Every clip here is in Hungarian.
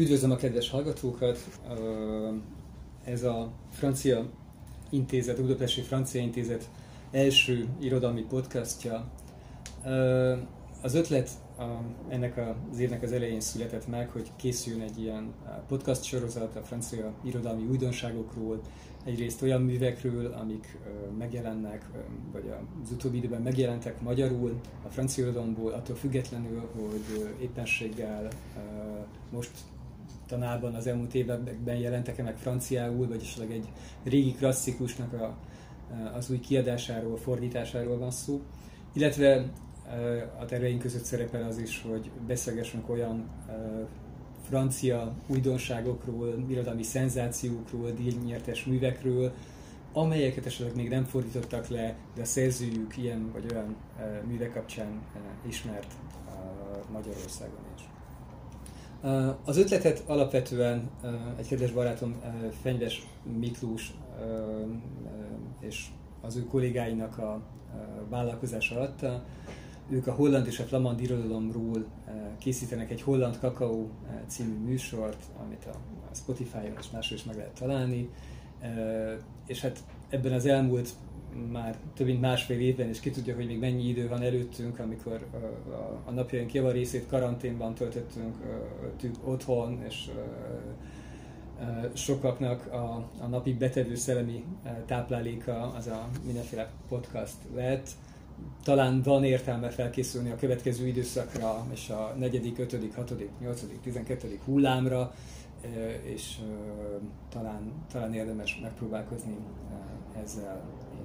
Üdvözlöm a kedves hallgatókat! Ez a Francia Intézet, a Budapesti Francia Intézet első irodalmi podcastja. Az ötlet ennek az évnek az elején született meg, hogy készüljön egy ilyen podcast sorozat a francia irodalmi újdonságokról, egyrészt olyan művekről, amik megjelennek, vagy az utóbbi időben megjelentek magyarul, a francia irodalomból, attól függetlenül, hogy éppenséggel most tanában az elmúlt években jelentek-e meg franciául, vagy esetleg egy régi klasszikusnak az új kiadásáról, fordításáról van szó. Illetve a terveink között szerepel az is, hogy beszélgessünk olyan francia újdonságokról, irodalmi szenzációkról, díjnyertes művekről, amelyeket esetleg még nem fordítottak le, de a szerzőjük ilyen vagy olyan művek kapcsán ismert Magyarországon is. Az ötletet alapvetően egy kedves barátom, Fenyves Miklós és az ő kollégáinak a vállalkozása adta. Ők a holland és a flamand irodalomról készítenek egy Holland Kakaó című műsort, amit a Spotify-on és máshol is meg lehet találni. És hát ebben az elmúlt már több mint másfél évben, és ki tudja, hogy még mennyi idő van előttünk, amikor a napjaink java részét karanténban töltöttünk otthon, és sokaknak a napi betevő szellemi tápláléka az a mindenféle podcast lett. Talán van értelme felkészülni a következő időszakra, és a 4., 5., 6., 8., 12. hullámra, és talán érdemes megpróbálkozni ezzel.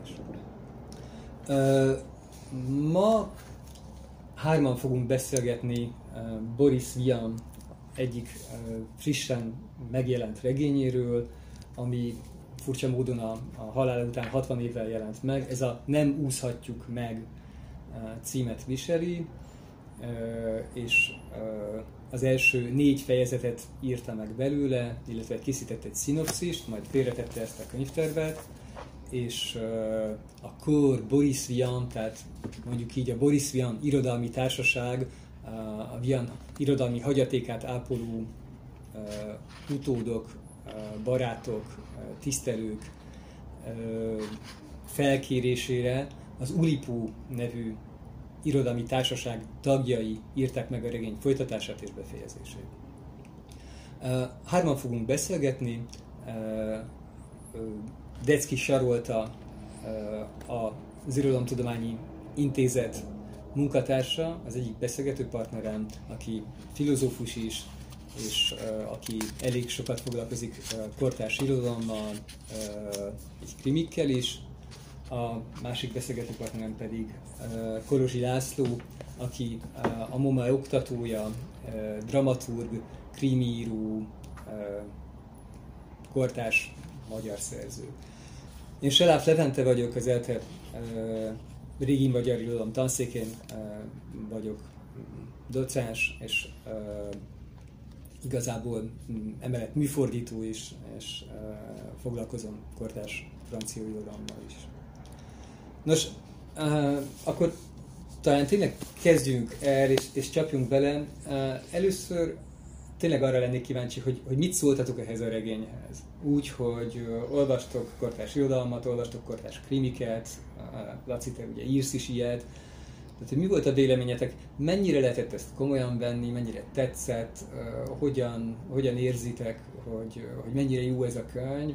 Ma hárman fogunk beszélgetni Boris Vian egyik frissen megjelent regényéről, ami furcsa módon a halála után 60 évvel jelent meg. Ez a Nem úszhatjuk meg címet viseli, és az első 4 fejezetet írta meg belőle, illetve készített egy szinopszist, majd félretette ezt a könyvtervet, és a Kor Boris Vian, tehát mondjuk így a Boris Vian Irodalmi Társaság, a Vian irodalmi hagyatékát ápoló utódok, barátok, tisztelők felkérésére az Ulipo nevű irodalmi társaság tagjai írták meg a regény folytatását és befejezését. Hárman fogunk beszélgetni. Decki Sarolta, az Irodalomtudományi Intézet munkatársa, az egyik beszélgető partnerem, aki filozófus is, és aki elég sokat foglalkozik kortárs irodalommal, egy krimikkel is. A másik beszélgető partnerem pedig Kolozsi László, aki a MoMA oktatója, dramaturg, krimiíró, kortárs magyar szerző. Én Seláf Levente vagyok, az ELTE régi magyar irodalom tanszékén vagyok docens, és igazából emellett műfordító is, és foglalkozom kortárs francia irodalommal is. Nos, akkor talán tényleg kezdjünk el, és csapjunk bele. Először tényleg arra lennék kíváncsi, hogy mit szóltatok ehhez a regényhez. Úgy, hogy olvastok kortárs irodalmat, olvastok kortárs krimiket, Laci, te ugye írsz is ilyet. Tehát, hogy mi volt a véleményetek, mennyire lehetett ezt komolyan venni, mennyire tetszett, hogyan érzitek, hogy mennyire jó ez a könyv,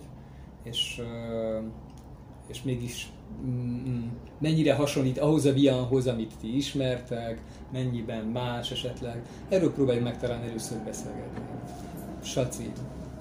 és mégis mennyire hasonlít ahhoz a Vianhoz, amit ti ismertek, mennyiben más esetleg. Erről próbáljuk meg talán először beszélgetni. Saci.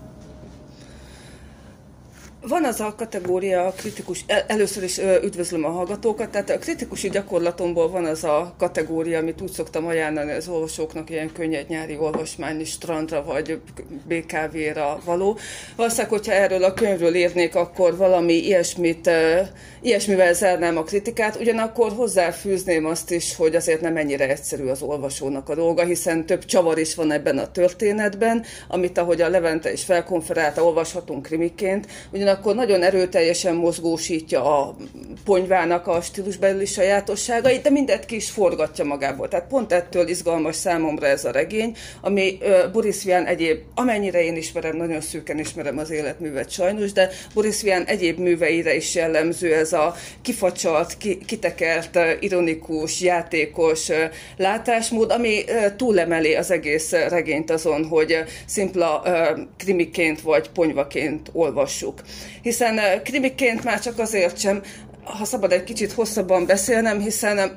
Van az a kategória, a kritikus, először is üdvözlöm a hallgatókat, tehát a kritikusi gyakorlatomból van az a kategória, amit úgy szoktam ajánlani az olvasóknak, ilyen könnyed nyári olvasmány, strandra vagy BKV-ra való. Valószínűleg, hogyha erről a könyvről írnék, akkor valami ilyesmivel zárnám a kritikát, ugyanakkor hozzáfűzném azt is, hogy azért nem ennyire egyszerű az olvasónak a dolga, hiszen több csavar is van ebben a történetben, amit ahogy a Levente is felkonferálta, olvashatunk krimiként, ugyanakkor nagyon erőteljesen mozgósítja a ponyvának a stílusbeli sajátosságait, de mindet ki is forgatja magából. Tehát pont ettől izgalmas számomra ez a regény, ami Boris Vian egyéb, amennyire én ismerem, nagyon szűken ismerem az életművet sajnos, de Boris Vian egyéb műveire is jellemző ez a kifacsart, kitekert, ironikus, játékos látásmód, ami túlemeli az egész regényt azon, hogy szimpla krimiként vagy ponyvaként olvassuk. Hiszen krimiként már csak azért sem, ha szabad egy kicsit hosszabban beszélnem, hiszen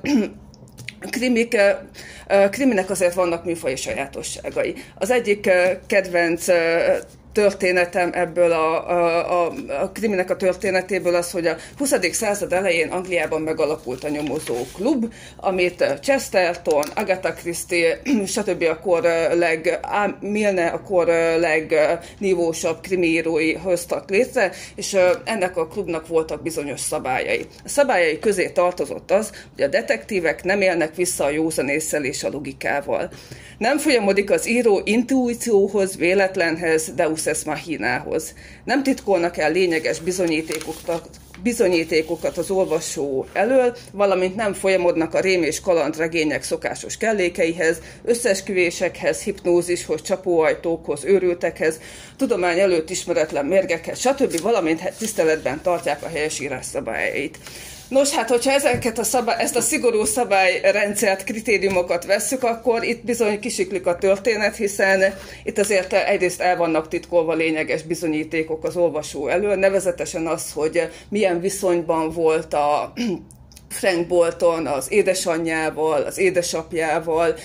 kriminek azért vannak műfaji sajátosságai. Az egyik kedvenc történetem ebből a kriminek a történetéből az, hogy a 20. század elején Angliában megalakult a nyomozó klub, amit Chesterton, Agatha Christie, stb. Milne a kor legnívósabb krimiírói hoztak létre, és ennek a klubnak voltak bizonyos szabályai. A szabályai közé tartozott az, hogy a detektívek nem élnek vissza a józanésszel és a logikával. Nem folyamodik az író intuícióhoz, véletlenhez, deus ex machinához. Nem titkolnak el lényeges bizonyítékokat az olvasó elől, valamint nem folyamodnak a rém és kalandregények szokásos kellékeihez, összeesküvésekhez, hipnózishoz, csapóajtókhoz, őrültekhez, tudomány előtt ismeretlen mérgekhez, stb., valamint tiszteletben tartják a helyesírás szabályait. Nos, hát, hogyha ezt a szigorú szabályrendszert, kritériumokat vesszük, akkor itt bizony kisiklik a történet, hiszen itt azért egyrészt el vannak titkolva lényeges bizonyítékok az olvasó elől, nevezetesen az, hogy milyen viszonyban volt a Frank Bolton az édesanyjával, az édesapjával,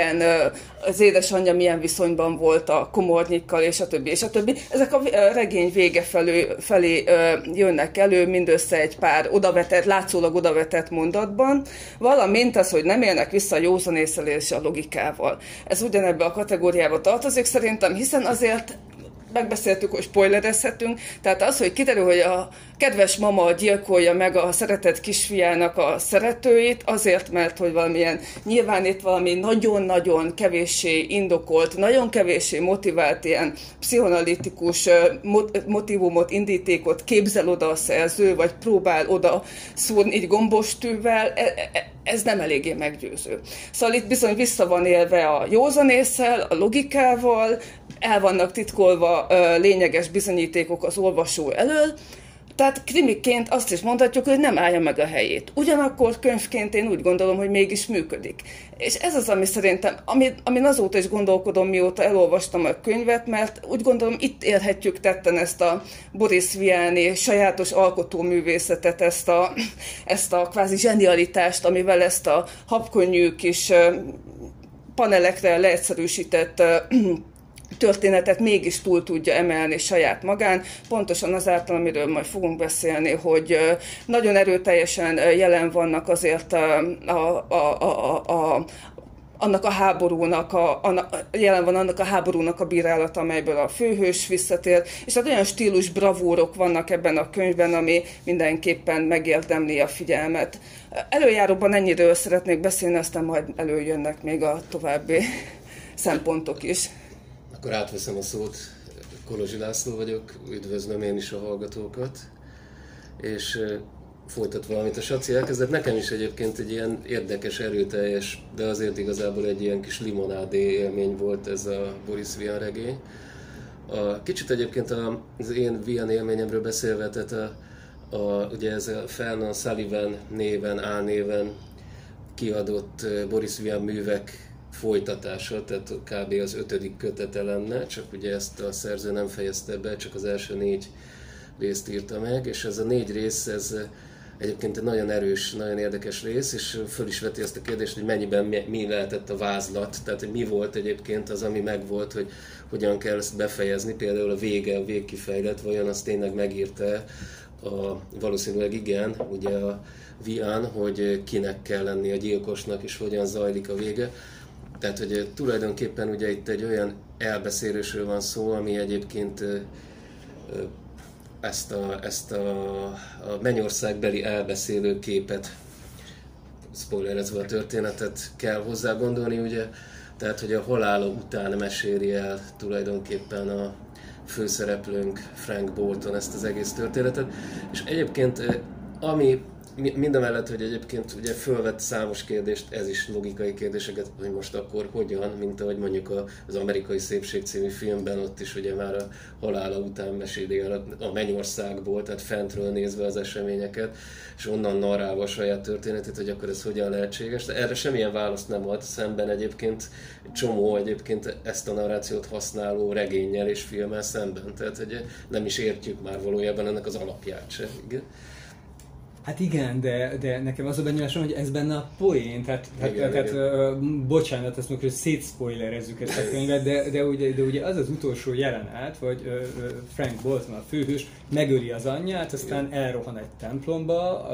az édesanyja milyen viszonyban volt a komornyikkal, és a többi, és a többi. Ezek a regény vége felé jönnek elő, mindössze egy pár látszólag odavetett mondatban, valamint az, hogy nem élnek vissza a józanésszel és a logikával. Ez ugyanebbe a kategóriába tartozik szerintem, hiszen azért megbeszéltük, hogy spoilerezhetünk, tehát az, hogy kiderül, hogy a kedves mama gyilkolja meg a szeretett kisfiának a szeretőit, azért, mert hogy nyilván itt valami nagyon-nagyon kevéssé indokolt, nagyon kevéssé motivált ilyen pszichoanalitikus motivumot, indítékot képzel oda a szerző, vagy próbál oda szúrni így gombostűvel, ez nem eléggé meggyőző. Szóval itt bizony vissza van élve a józanésszel, a logikával, el vannak titkolva lényeges bizonyítékok az olvasó elől, tehát krimiként azt is mondhatjuk, hogy nem állja meg a helyét. Ugyanakkor könyvként én úgy gondolom, hogy mégis működik. És ez az, ami szerintem, amin azóta is gondolkodom, mióta elolvastam a könyvet, mert úgy gondolom, itt élhetjük tetten ezt a Boris Vian sajátos alkotóművészetet, ezt a kvázi zsenialitást, amivel ezt a habkönnyű kis panelekre leegyszerűsített történetet mégis túl tudja emelni saját magán, pontosan azáltal, amiről majd fogunk beszélni, hogy nagyon erőteljesen jelen vannak azért annak a háborúnak, jelen van annak a háborúnak a bírálata, amelyből a főhős visszatér, és hát olyan stílus bravúrok vannak ebben a könyvben, ami mindenképpen megérdemli a figyelmet. Előjáróban ennyiről szeretnék beszélni, aztán majd előjönnek még a további szempontok is. Akkor átveszem a szót, Kolozsi László vagyok, üdvözlöm én is a hallgatókat, és folytatva, amit a Saci elkezdett, nekem is egyébként egy ilyen érdekes, erőteljes, de azért igazából egy ilyen kis limonádé élmény volt ez a Boris Vian regény. Kicsit egyébként az én Vian élményemről beszélve, tehát ugye ez a Fernand Sullivan néven, álnéven kiadott Boris Vian művek folytatása, tehát kb. Az 5. kötete lenne, csak ugye ezt a szerző nem fejezte be, csak az első 4 részt írta meg, és ez a 4 rész, ez egyébként egy nagyon erős, nagyon érdekes rész, és föl is veti azt a kérdést, hogy mennyiben mi lehetett a vázlat, tehát hogy mi volt egyébként az, ami megvolt, hogy hogyan kell ezt befejezni, például a végkifejlet, vajon azt tényleg megírta, valószínűleg igen, ugye a Vian, hogy kinek kell lenni a gyilkosnak, és hogyan zajlik a vége. Tehát, hogy tulajdonképpen ugye itt egy olyan elbeszélésről van szó, ami egyébként ezt a mennyországbeli elbeszélő képet, spoilerezve a történetet kell hozzá gondolni, ugye, tehát, hogy a halála után meséli el tulajdonképpen a főszereplőnk Frank Bolton ezt az egész történetet, és egyébként ami mindamellett, hogy egyébként ugye fölvett számos kérdést, ez is logikai kérdéseket, hogy most akkor hogyan, mint ahogy mondjuk az Amerikai Szépség című filmben ott is ugye már a halála után meséli el a mennyországból, tehát fentről nézve az eseményeket, és onnan narrálva a saját történetét, hogy akkor ez hogyan lehetséges. De erre semmilyen választ nem ad, szemben egyébként csomó egyébként ezt a narrációt használó regénnyel és filmmel szemben. Tehát hogy nem is értjük már valójában ennek az alapját se. Igen? Hát igen, de nekem az a benyomásom, hogy ez benne a poén, tehát bocsánat, ezt mondjuk, hogy szétszpoilerezzük ezt a könyvet, de ugye az az utolsó jelenet, hogy Frank Bolton, a főhős, megöli az anyját, aztán elrohan egy templomba,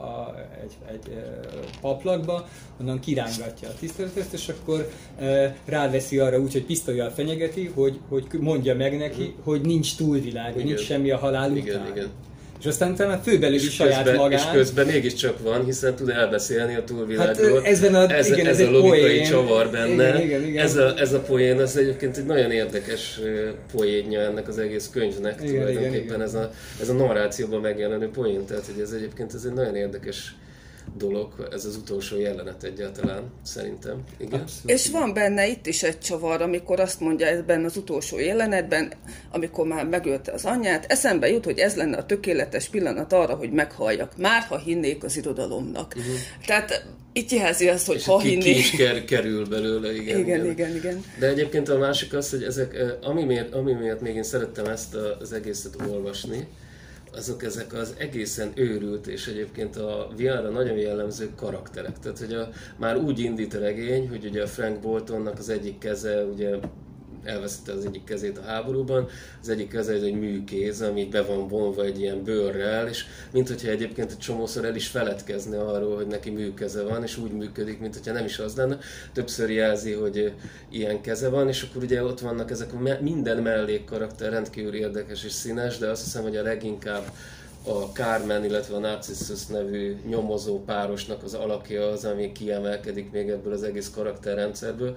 egy paplakba, onnan kirángatja a tiszteletet, és akkor ráveszi arra úgy, hogy pisztollyal fenyegeti, hogy mondja meg neki, hogy nincs túlvilág, hogy nincs semmi a halál után. Igen. És aztán talán főbelüli saját magát. És közben mégiscsak van, hiszen tud elbeszélni a túlvilágról. Hát ez a logikai csavar benne. Igen. Ez a poén, az egyébként egy nagyon érdekes poénja ennek az egész könyvnek. Tulajdonképpen ez a narrációban megjelenő poén. Tehát hogy ez egyébként ez egy nagyon érdekes dolog, ez az utolsó jelenet egyáltalán, szerintem. Igen? És van benne itt is egy csavar, amikor azt mondja ebben az utolsó jelenetben, amikor már megölte az anyját, eszembe jut, hogy ez lenne a tökéletes pillanat arra, hogy meghalljak. Már ha hinnék az irodalomnak. Tehát itt jelzi azt, hogy ha hinnék. Ki is kerül belőle, igen. De egyébként a másik az, hogy ezek, ami miatt még én szerettem ezt az egészet olvasni, ezek az egészen őrült és egyébként a VR-ra nagyon jellemző karakterek. Tehát, hogy már úgy indít a regény, hogy ugye a Frank Boltonnak az egyik keze ugye elveszítette az egyik kezét a háborúban, az egyik keze egy műkéz, ami be van vonva egy ilyen bőrrel, és minthogyha egyébként egy csomószor el is feledkezne arról, hogy neki műkeze van, és úgy működik, minthogyha nem is az lenne. Többször jelzi, hogy ilyen keze van, és akkor ugye ott vannak ezek minden mellékkarakter rendkívül érdekes és színes, de azt hiszem, hogy a leginkább a Carmen, illetve a Narcissus nevű nyomozó párosnak az alakja az, ami kiemelkedik még ebből az egész karakterrendszerből.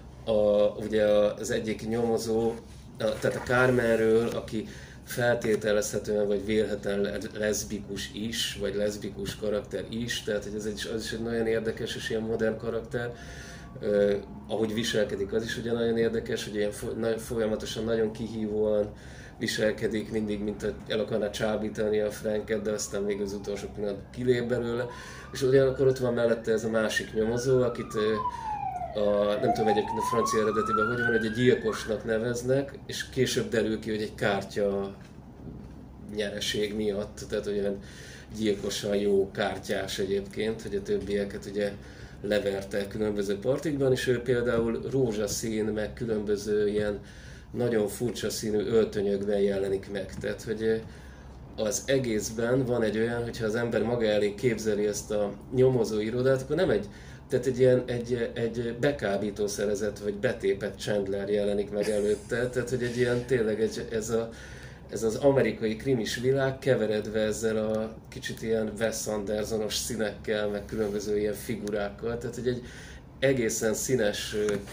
Ugye az egyik nyomozó, tehát a Carmenről, aki feltételezhetően vagy vélhetően leszbikus is, vagy leszbikus karakter is, tehát hogy az is egy nagyon érdekes és ilyen modern karakter. Ahogy viselkedik, az is ugye nagyon érdekes, hogy ilyen folyamatosan nagyon kihívóan viselkedik, mindig, mint hogy el akarná csábítani a Franket, de aztán még az utolsó pillanatban kilép belőle. És ugyanakkor ott van mellette ez a másik nyomozó, akit nem tudom egyébként a francia eredetiben hogy van, hogy egy gyilkosnak neveznek, és később derül ki, hogy egy kártya nyereség miatt, tehát olyan gyilkosan jó kártyás egyébként, hogy a többieket ugye leverte különböző partikban, és ő például rózsaszín, meg különböző ilyen nagyon furcsa színű öltönyökben jelenik meg. Tehát, hogy az egészben van egy olyan, hogyha az ember maga elé képzeli ezt a nyomozó irodát, akkor nem egy bekábítószerezett vagy betépett Chandler jelenik meg előtte. Tehát, hogy egy ilyen tényleg ez az amerikai krimis világ keveredve ezzel a kicsit ilyen Wes Andersonos színekkel, meg különböző ilyen figurákkal. Tehát, hogy egy egészen színes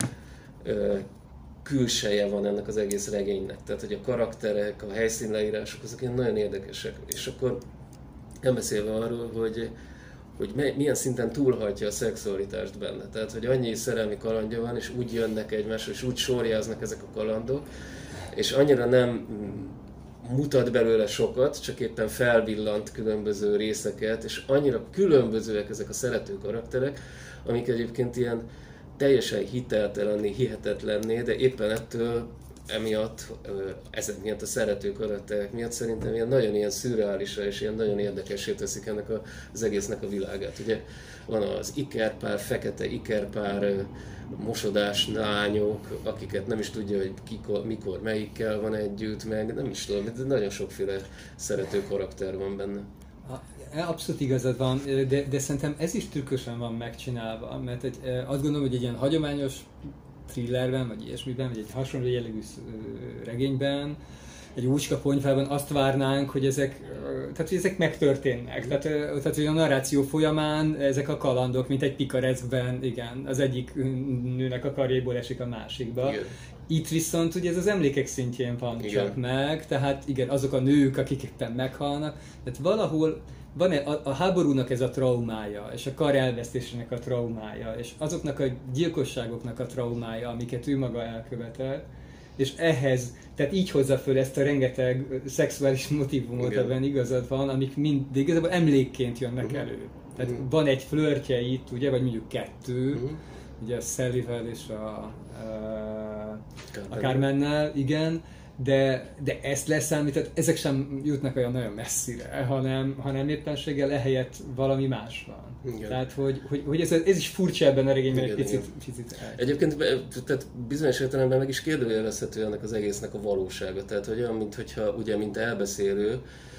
külseje van ennek az egész regénynek. Tehát, hogy a karakterek, a helyszínleírások, azok ilyen nagyon érdekesek. És akkor nem beszélve arról, hogy milyen szinten túlhajtja a szexualitást benne. Tehát, hogy annyi szerelmi kalandja van, és úgy jönnek egymásra, és úgy sorjáznak ezek a kalandok, és annyira nem mutat belőle sokat, csak éppen felvillant különböző részeket, és annyira különbözőek ezek a szerető karakterek, amik egyébként ilyen teljesen hiteltelenné, hihetetlenné, de éppen ettől emiatt, ezek miatt a szerető karakterek miatt szerintem ilyen nagyon ilyen szürreálisra és ilyen nagyon érdekessé teszik ennek az egésznek a világát. Ugye van az ikerpár, fekete ikerpár, mosodás lányok, akiket nem is tudja, hogy mikor melyikkel van együtt, meg nem is tudom, de nagyon sokféle szerető karakter van benne. Abszolút igazad van, de szerintem ez is trükkösen van megcsinálva, mert azt gondolom, hogy egy ilyen hagyományos thrillerben, vagy ilyesmiben, vagy egy hasonló jellegű regényben, egy úcska ponyvában azt várnánk, hogy ezek megtörténnek. Tehát, hogy a narráció folyamán ezek a kalandok, mint egy pikareszkben, igen, az egyik nőnek a karjaiból esik a másikba. Itt viszont ugye ez az emlékek szintjén van csak meg, tehát igen, azok a nők, akik éppen meghalnak, tehát valahol van a háborúnak ez a traumája, és a kar elvesztésének a traumája, és azoknak a gyilkosságoknak a traumája, amiket ő maga elkövetett, és ehhez, tehát így hozza föl ezt a rengeteg szexuális motivumot, ebben igazad van, amik mind igazából emlékként jönnek elő. Tehát van egy flörtje itt, ugye, vagy mondjuk kettő, ugye a Sally-vel és a Carmennel, igen, de ezt leszámítani, ezek sem jutnak olyan nagyon messzire, hanem éppenséggel ehelyett valami más van. Igen. Tehát, hogy ez is furcsa ebben a regényben egy picit. Egyébként tehát bizonyos értelemben meg is kérdőjelezhető ennek az egésznek a valósága. Tehát olyan, mint elbeszélő,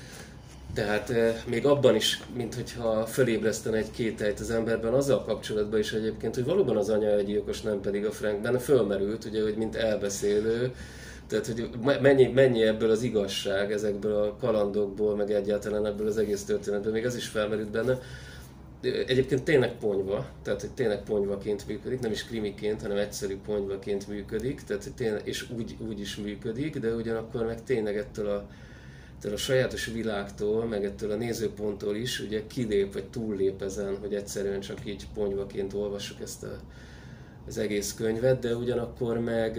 tehát még abban is, mintha fölébresztene egy kételyt az emberben, azzal kapcsolatban is egyébként, hogy valóban az anya egy gyilkos, nem pedig a Frank, benne fölmerült, ugye, hogy mint elbeszélő, tehát, hogy mennyi ebből az igazság, ezekből a kalandokból, meg egyáltalán ebből az egész történetből, még az is felmerült benne. Egyébként tényleg ponyva, tehát hogy tényleg ponyvaként működik, nem is krimiként, hanem egyszerű ponyvaként működik, tehát, hogy tényleg, és úgy is működik, de ugyanakkor meg tényleg ettől a sajátos világtól, meg ettől a nézőponttól is ugye kilép, vagy túllép ezen, hogy egyszerűen csak így ponyvaként olvassuk ezt az egész könyvet, de ugyanakkor meg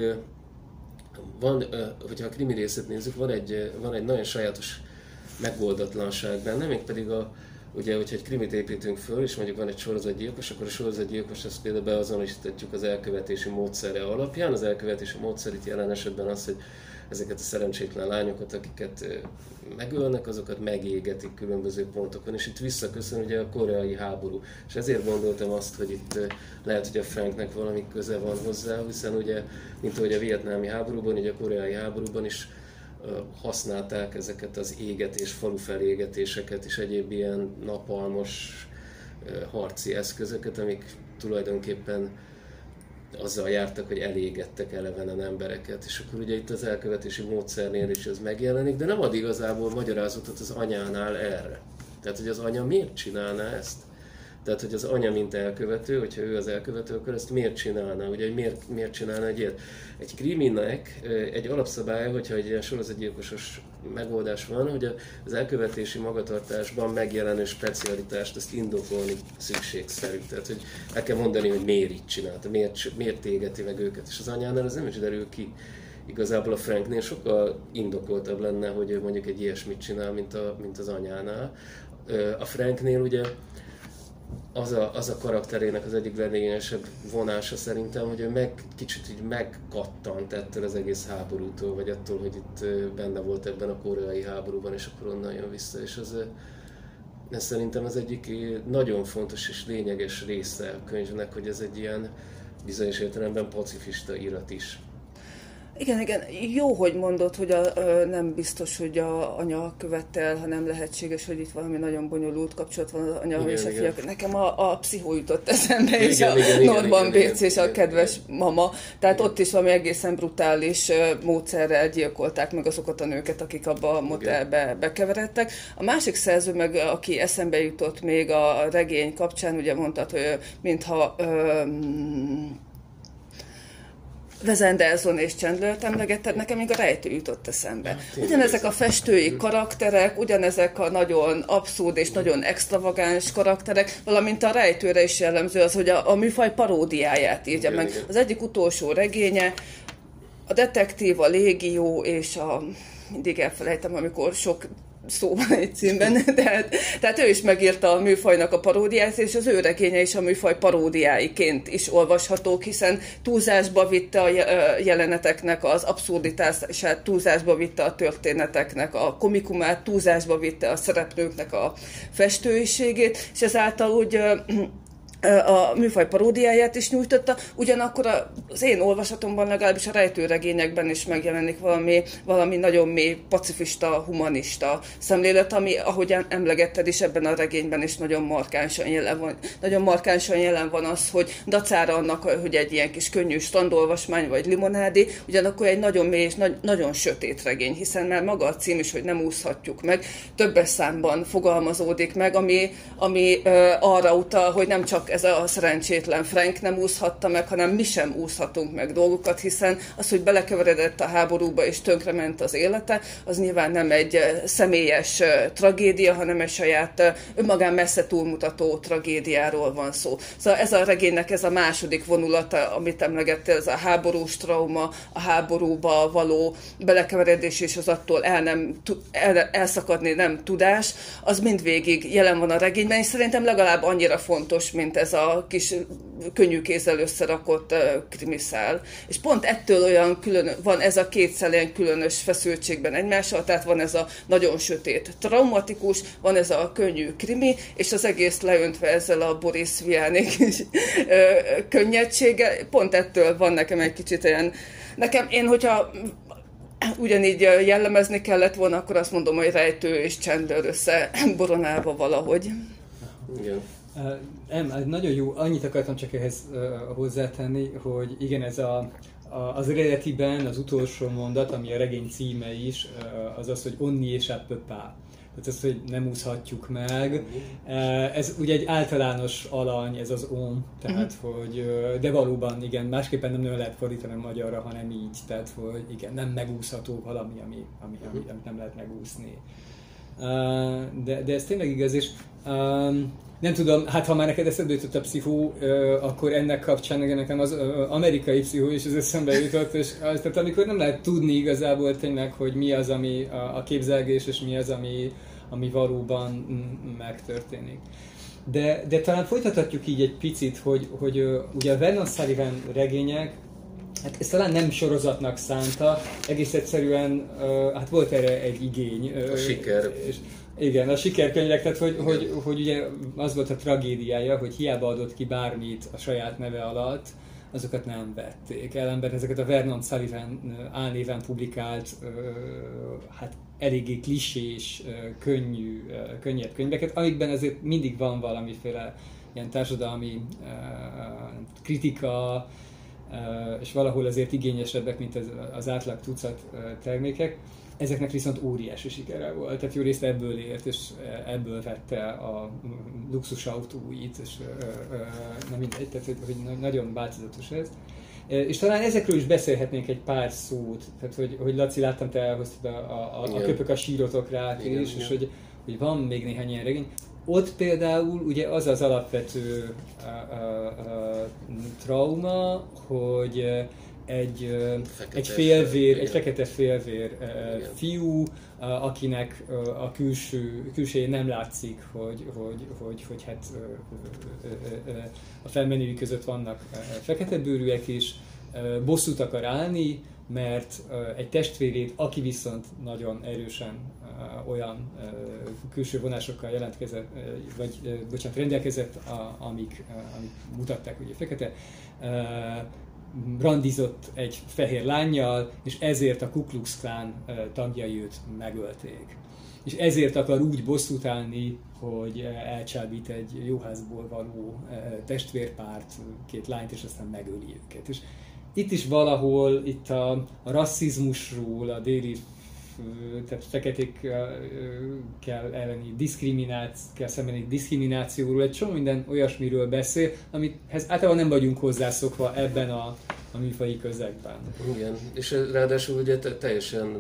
van, hogyha a krimi részét nézzük, van egy nagyon sajátos megoldatlanság benne, mégpedig ugye, hogyha egy krimit építünk föl, és mondjuk van egy sorozatgyilkos, akkor a sorozatgyilkos ezt például beazonosítjuk az elkövetési módszere alapján. Az elkövetési módszer itt jelen esetben az, hogy ezeket a szerencsétlen lányokat, akiket megölnek, azokat megégetik különböző pontokon, és itt visszaköszön ugye a koreai háború. És ezért gondoltam azt, hogy itt lehet, hogy a Franknek valami köze van hozzá, hiszen ugye, mint ahogy a vietnámi háborúban, ugye a koreai háborúban is használták ezeket az égetés, falufelégetéseket és egyéb ilyen napalmos harci eszközöket, amik tulajdonképpen azzal jártak, hogy elégettek elevenen embereket, és akkor ugye itt az elkövetési módszernél is ez megjelenik, de nem ad igazából magyarázatot az anyánál erre. Tehát, hogy az anya miért csinálná ezt? Tehát, hogy az anya mint elkövető, hogyha ő az elkövető, akkor ezt miért csinálná? Ugye, hogy miért csinálna egy ilyet? Egy kriminek egy alapszabálya, hogyha egy ilyen sorozatgyilkosos megoldás van, hogy az elkövetési magatartásban megjelenő specialitást, ezt indokolni szükségszerű. Tehát, hogy el kell mondani, hogy miért így csinálta, miért égeti meg őket. És az anyánál ez nem is derül ki. Igazából a Franknél sokkal indokoltabb lenne, hogy ő mondjuk egy ilyesmit csinál, mint az anyánál. A Franknél ugye az a karakterének az egyik leglényegesebb vonása szerintem, hogy ő kicsit így megkattant ettől az egész háborútól, vagy attól, hogy itt benne volt ebben a koreai háborúban, és akkor onnan jön vissza. És ez szerintem az egyik nagyon fontos és lényeges része a könyvnek, hogy ez egy ilyen bizonyos értelemben pacifista irat is. Igen, jó, hogy mondod, hogy nem biztos, hogy a anya követte el, hanem lehetséges, hogy itt valami nagyon bonyolult kapcsolat van az anya és a fiak. Nekem a Pszichó jutott eszembe, és a Norman Bates és a kedves mama. Tehát ott is valami egészen brutális módszerrel gyilkolták meg azokat a nőket, akik abba a motelbe bekeveredtek. A másik szerző meg, aki eszembe jutott még a regény kapcsán, ugye mondtad, hogy mintha Wes Anderson és Chandler-t emlegetted, nekem még a Rejtő jutott eszembe. Ugyanezek a festői karakterek, ugyanezek a nagyon abszurd és nagyon extravagáns karakterek, valamint a Rejtőre is jellemző az, hogy a műfaj paródiáját írja meg. Az egyik utolsó regénye, a detektív, a légió és mindig elfelejtem, amikor sok szó van egy címben, tehát ő is megírta a műfajnak a paródiát, és az ő regénye is a műfaj paródiáiként is olvashatók, hiszen túlzásba vitte a jeleneteknek az abszurditását, túlzásba vitte a történeteknek a komikumát, túlzásba vitte a szereplőknek a festőiségét, és ezáltal úgy a műfaj paródiáját is nyújtotta, ugyanakkor az én olvasatomban, legalábbis a rejtőregényekben is megjelenik valami nagyon mély, pacifista, humanista szemlélet, ami, ahogy emlegetted is, ebben a regényben is nagyon markánsan jelen van. Nagyon markánsan jelen van az, hogy dacára annak, hogy egy ilyen kis könnyű strandolvasmány vagy limonádi, ugyanakkor egy nagyon mély és nagyon sötét regény, hiszen már maga a cím is, hogy nem úszhatjuk meg, többes számban fogalmazódik meg, ami arra utal, hogy nem csak csak ez a szerencsétlen Frank nem úszhatta meg, hanem mi sem úszhatunk meg dolgokat, hiszen az, hogy belekeveredett a háborúba és tönkrement az élete, az nyilván nem egy személyes tragédia, hanem egy saját önmagán messze túlmutató tragédiáról van szó. Szóval ez a regénynek ez a második vonulata, amit emlegettél, ez a háborús trauma, a háborúba való belekeveredés és az attól elszakadni nem tudás, az mindvégig jelen van a regényben, és szerintem legalább annyira fontos, mint ez a kis könnyű kézzel összerakott krimiszál. És pont ettől olyan van ez a két szál ilyen különös feszültségben egymással, tehát van ez a nagyon sötét, traumatikus, van ez a könnyű krimi, és az egész leöntve ezzel a Boris Vianney kis könnyedsége. Pont ettől van nekem egy kicsit ilyen... Hogyha ugyanígy jellemezni kellett volna, akkor azt mondom, hogy rejtő és csendőr összeboronálva valahogy. Igen. Nagyon jó, annyit akartam csak ehhez hozzátenni, hogy igen, ez az eredetiben az utolsó mondat, ami a regény címe is, az az, hogy onni és a pöpá. Tehát az, hogy nem úszhatjuk meg. Ez ugye egy általános alany, ez az on, tehát hogy, de valóban igen, másképpen nem lehet fordítani magyarra, hanem így, tehát hogy igen, nem megúszható valami, amit nem lehet megúszni. De ez tényleg igaz, és nem tudom, hát ha már neked eszedbe jutott a pszichó, akkor ennek kapcsán nekem az amerikai pszichó is az eszembe jutott, és tehát amikor nem lehet tudni igazából tényleg, hogy mi az, ami a képzelgés, és mi az, ami valóban megtörténik. De talán folytathatjuk így egy picit, hogy ugye a Vernon Sullivan regények, hát ezt talán nem sorozatnak szánta, egész egyszerűen, hát volt erre egy igény. A siker. Igen, a sikerkönyvek, tehát hogy ugye az volt a tragédiája, hogy hiába adott ki bármit a saját neve alatt, azokat nem vették. Ellenben ezeket a Vernon Sullivan álnéven publikált, hát eléggé klisés, könnyed könyveket, amikben azért mindig van valamiféle ilyen társadalmi kritika, és valahol azért igényesebbek, mint az átlag tucat termékek. Ezeknek viszont óriási sikere volt, tehát jó részt ebből ért, és ebből vette a luxusautóit, és nem mindegy, tehát hogy nagyon változatos ez. És talán ezekről is beszélhetnénk egy pár szót, tehát hogy Laci, láttam, te elhoztad a Köpök a sírotokrát is, és hogy van még néhány ilyen regény. Ott például ugye az az alapvető trauma, hogy egy fekete félvér fiú, akinek a külsején nem látszik, hogy hát a felmenői között vannak fekete bőrűek is, bosszút akar állni, mert egy testvérét, aki viszont nagyon erősen olyan külső vonásokkal rendelkezett, amik mutatták, hogy fekete, randizott egy fehér lánnyal, és ezért a Ku Klux Klan tagjai őt megölték. És ezért akar úgy bosszút állni, hogy elcsábít egy jóházból való testvérpárt, két lányt, és aztán megöli őket. És itt is valahol itt a rasszizmusról, a déli, tehát feketékkel elleni diszkriminációról, egy csomó minden olyasmiről beszél, amihez általában nem vagyunk hozzászokva ebben a műfaji közegben. Igen, és ráadásul ugye teljesen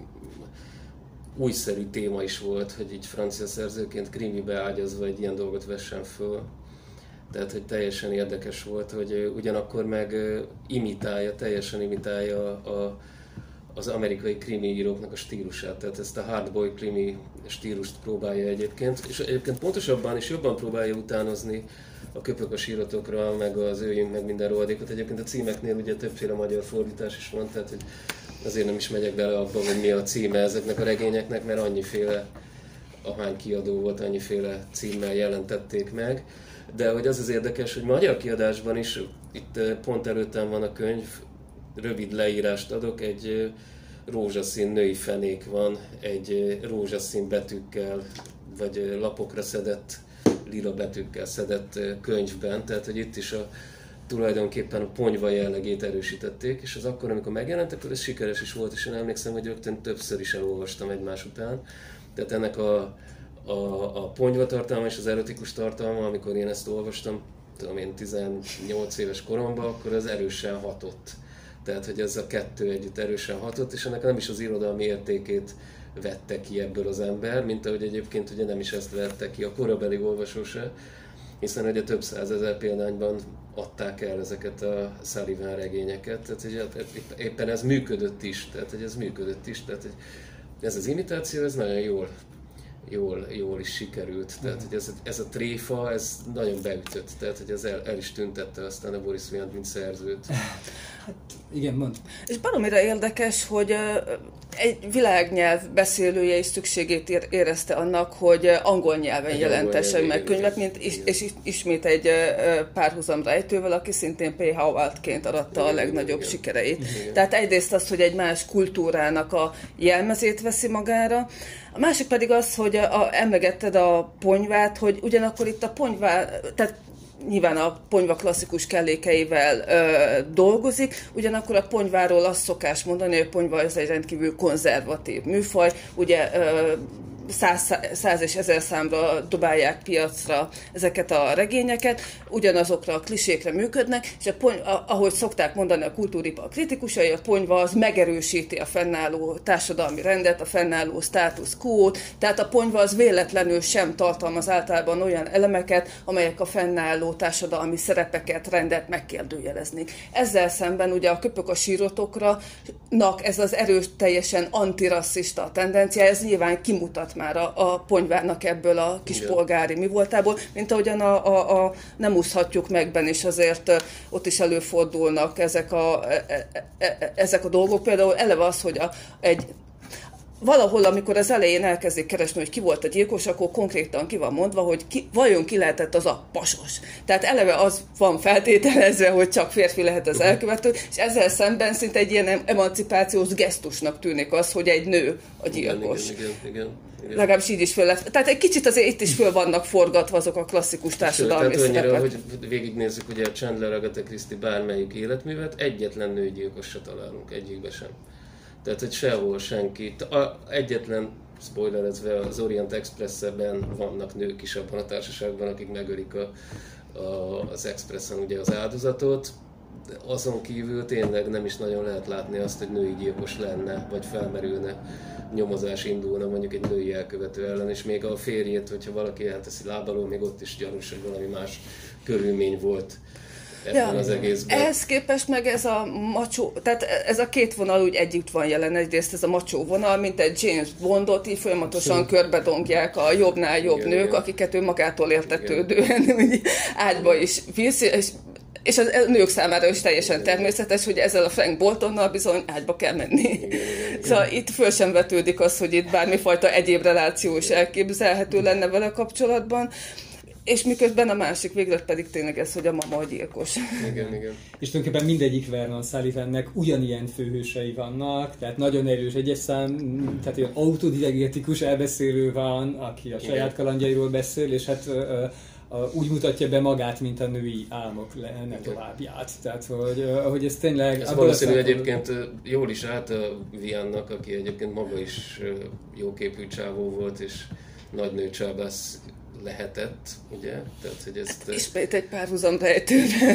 újszerű téma is volt, hogy így francia szerzőként krimibe ágyazva egy ilyen dolgot vessen föl. Tehát, hogy teljesen érdekes volt, hogy ugyanakkor meg teljesen imitálja az amerikai krimi íróknak a stílusát. Tehát ezt a hardboy krimi stílust próbálja egyébként, és egyébként pontosabban és jobban próbálja utánozni a Köpök a síratokra, meg az Öljünk meg minden rohadékot. Egyébként a címeknél ugye többféle magyar fordítás is van, tehát hogy azért nem is megyek bele abba, hogy mi a címe ezeknek a regényeknek, mert annyiféle, ahány kiadó volt, annyiféle címmel jelentették meg. De hogy az érdekes, hogy magyar kiadásban is, itt pont előttem van a könyv, rövid leírást adok, egy rózsaszín női fenék van, egy rózsaszín betűkkel, vagy lapokra szedett, lila betűkkel szedett könyvben, tehát hogy itt is tulajdonképpen a ponyva jellegét erősítették, és az akkor, amikor megjelent, akkor ez sikeres is volt, és én emlékszem, hogy rögtön többször is elolvastam egymás után. Tehát ennek a ponyva tartalma és az erotikus tartalma, amikor én ezt olvastam, tudom én, 18 éves koromban, akkor az erősen hatott. Tehát, hogy ez a kettő együtt erősen hatott, és ennek nem is az irodalmi értékét vette ki ebből az ember, mint ahogy egyébként ugye nem is ezt vette ki a korabeli olvasó se, hiszen ugye több százezer példányban adták el ezeket a Sullivan regényeket, tehát hogy éppen ez működött is, tehát hogy ez az imitáció, ez nagyon jól is sikerült, tehát hogy ez a tréfa, ez nagyon beütött, tehát hogy ez el is tüntette aztán a Boris Vian-t, mint szerzőt. Hát igen, mondd. És baromira érdekes, hogy egy világnyelv beszélője is szükségét érezte annak, hogy angol nyelven jelentessen meg könyvet, és ismét egy párhuzam rejtővel, aki szintén P. Howardként aratta a legnagyobb sikereit. Igen. Tehát egyrészt az, hogy egy más kultúrának a jelmezét veszi magára, a másik pedig az, hogy emlegetted a ponyvát, hogy ugyanakkor itt a ponyvá, tehát nyilván a ponyva klasszikus kellékeivel dolgozik, ugyanakkor a ponyváról azt szokás mondani, hogy a ponyva ez egy rendkívül konzervatív műfaj, ugye 100 és 1000 számra dobálják piacra ezeket a regényeket, ugyanazokra a klisékre működnek, és ahogy szokták mondani a kultúripar kritikusai, a ponyva az megerősíti a fennálló társadalmi rendet, a fennálló status quo-t, tehát a ponyva az véletlenül sem tartalmaz általában olyan elemeket, amelyek a fennálló társadalmi szerepeket, rendet megkérdőjeleznék. Ezzel szemben ugye a Köpök a sírotokra-nak ez az erőteljesen antirasszista tendencia, ez nyilván kimutat már a ponyvának ebből a kis polgári mi voltából, mint ahogyan a Nem úszhatjuk megben is azért ott is előfordulnak ezek a dolgok. Például eleve az, hogy valahol, amikor az elején elkezdik keresni, hogy ki volt a gyilkos, akkor konkrétan ki van mondva, hogy vajon ki lehetett az a pasos. Tehát eleve az van feltételezve, hogy csak férfi lehet az elkövető, és ezzel szemben szinte egy ilyen emancipációs gesztusnak tűnik az, hogy egy nő a gyilkos. Igen. Legalábbis így is föl lett. Tehát egy kicsit azért itt is föl vannak forgatva azok a klasszikus társadalmi szerepek. Tehát annyira, hogy végignézzük ugye a Chandler, Agatha Christie bármelyik életművet, egyetlen nőgyilkos se találunk, egyikbe sem. Tehát, hogy sehol senki. Egyetlen spoilerezve az Orient Express-ben vannak nők is abban a társaságban, akik megölik az Expressen ugye az áldozatot. De azon kívül tényleg nem is nagyon lehet látni azt, hogy női gyilkos lenne, vagy felmerülne, nyomozás indulna mondjuk egy női elkövető ellen, és még a férjét, hogyha valaki elteszi lábalól, még ott is gyanús, hogy valami más körülmény volt ebben az egészben. Ehhez képest meg ez a macsó, tehát ez a két vonal úgy együtt van jelen, egyrészt ez a macsó vonal, mint egy James Bondot, így folyamatosan körbedongják a jobbnál jobb nők, akiket ő magától értetődően ágyba is visz, és a nők számára is teljesen természetes, hogy ezzel a Frank Boltonnal bizony ágyba kell menni. Szóval itt föl sem vetődik az, hogy itt bármifajta egyéb reláció is elképzelhető lenne vele kapcsolatban. És miközben a másik véglet pedig tényleg ez, hogy a mama a gyilkos. Igen. És tulajdonképpen mindegyik Vernon Sullivannek ugyanilyen főhősei vannak, tehát nagyon erős egyes szám, tehát olyan autodidegetikus elbeszélő van, aki a saját kalandjairól beszél, és hát úgy mutatja be magát, mint a női álmok lenne továbbját. Tehát, hogy ez tényleg... Ez valószínű egyébként jól is állt a Viannak, aki egyébként maga is jóképű csávó volt, és nagy nőcsábász lehetett, ugye? Tehát, hogy ezt... Ismét egy párhuzam rejtőre.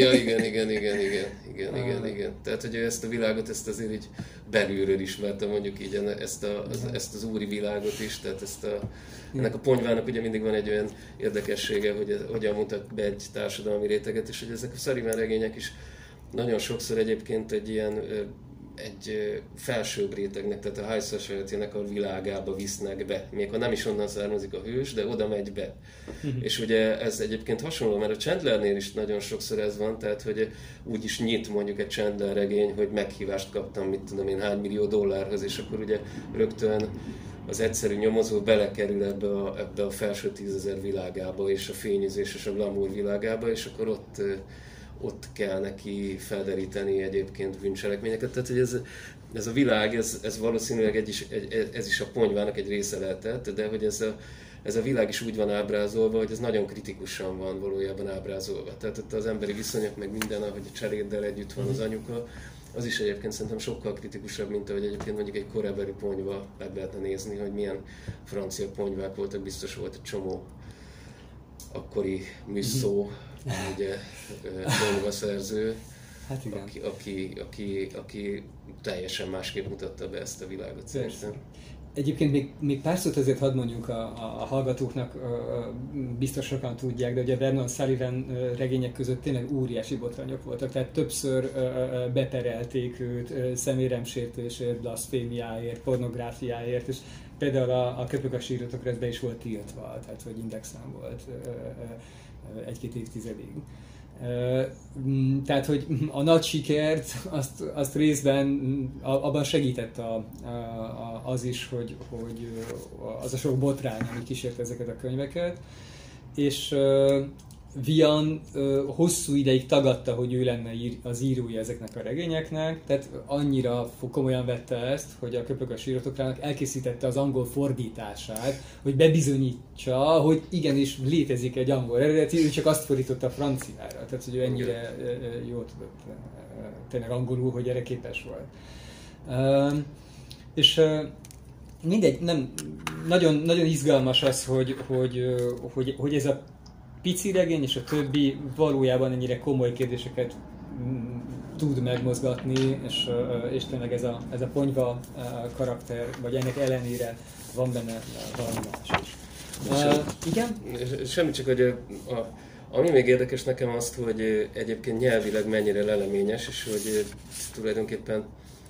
Igen. Tehát, hogy ezt a világot, ezt azért így belülről ismerte, mondjuk így ezt az úri világot is, tehát ennek a ponyvának ugye mindig van egy olyan érdekessége, hogy hogyan mutat be egy társadalmi réteget, és hogy ezek a Sullivan regények is nagyon sokszor egyébként egy felsőbb rétegnek, tehát a high society-nek a világába visznek be. Még ha nem is onnan származik a hős, de oda megy be. És ugye ez egyébként hasonló, mert a Chandlernél is nagyon sokszor ez van, tehát hogy úgy is nyit mondjuk egy Chandler regény, hogy meghívást kaptam, mit tudom én, $1 millió, és akkor ugye rögtön az egyszerű nyomozó belekerül ebbe a felső 10 000 világába, és a fényűzés és a glamour világába, és akkor ott kell neki felderíteni egyébként bűncselekményeket. Tehát, hogy ez a világ, ez valószínűleg ez is a ponyvának egy része lehetett, de hogy ez a világ is úgy van ábrázolva, hogy ez nagyon kritikusan van valójában ábrázolva. Tehát ott az emberi viszonyok, meg minden, ahogy a cseléddel együtt van az anyuka, az is egyébként szerintem sokkal kritikusabb, mint ahogy egyébként mondjuk egy korabeli ponyva meg lehetne nézni, hogy milyen francia ponyvák voltak, biztos volt egy csomó akkori Musso, ugye könyvszerző, Hát igen. aki teljesen másképp mutatta be ezt a világot szerintem. Egyébként még pár szót azért hadd mondjuk a hallgatóknak, biztos sokan tudják, de ugye Vernon Sullivan regények között tényleg óriási botrányok voltak, tehát többször beperelték őt személyemsértésért, blaszfémiáért, pornográfiáért, és például a Köpök a síratokra ez be is volt tiltva, tehát hogy indexen volt egy-két évtizedig. Tehát, hogy a nagy sikert, azt részben abban segített az is, hogy az a sok botrány, ami kísérte ezeket a könyveket, és Vian hosszú ideig tagadta, hogy ő lenne az írója ezeknek a regényeknek, tehát annyira komolyan vette ezt, hogy a Köpök a síratokrának elkészítette az angol fordítását, hogy bebizonyítsa, hogy igenis létezik egy angol eredeti, ő csak azt fordította a franciára, tehát hogy ő ennyire jól tudott tényleg angolul, hogy erre képes volt. És mindegy, nagyon, nagyon izgalmas az, hogy ez a pici regény és a többi valójában ennyire komoly kérdéseket tud megmozgatni, és tényleg ez a ponyva karakter, vagy ennek ellenére van benne valami más is. Igen? Semmi, csak hogy ami még érdekes nekem azt, hogy egyébként nyelvileg mennyire leleményes, és hogy tulajdonképpen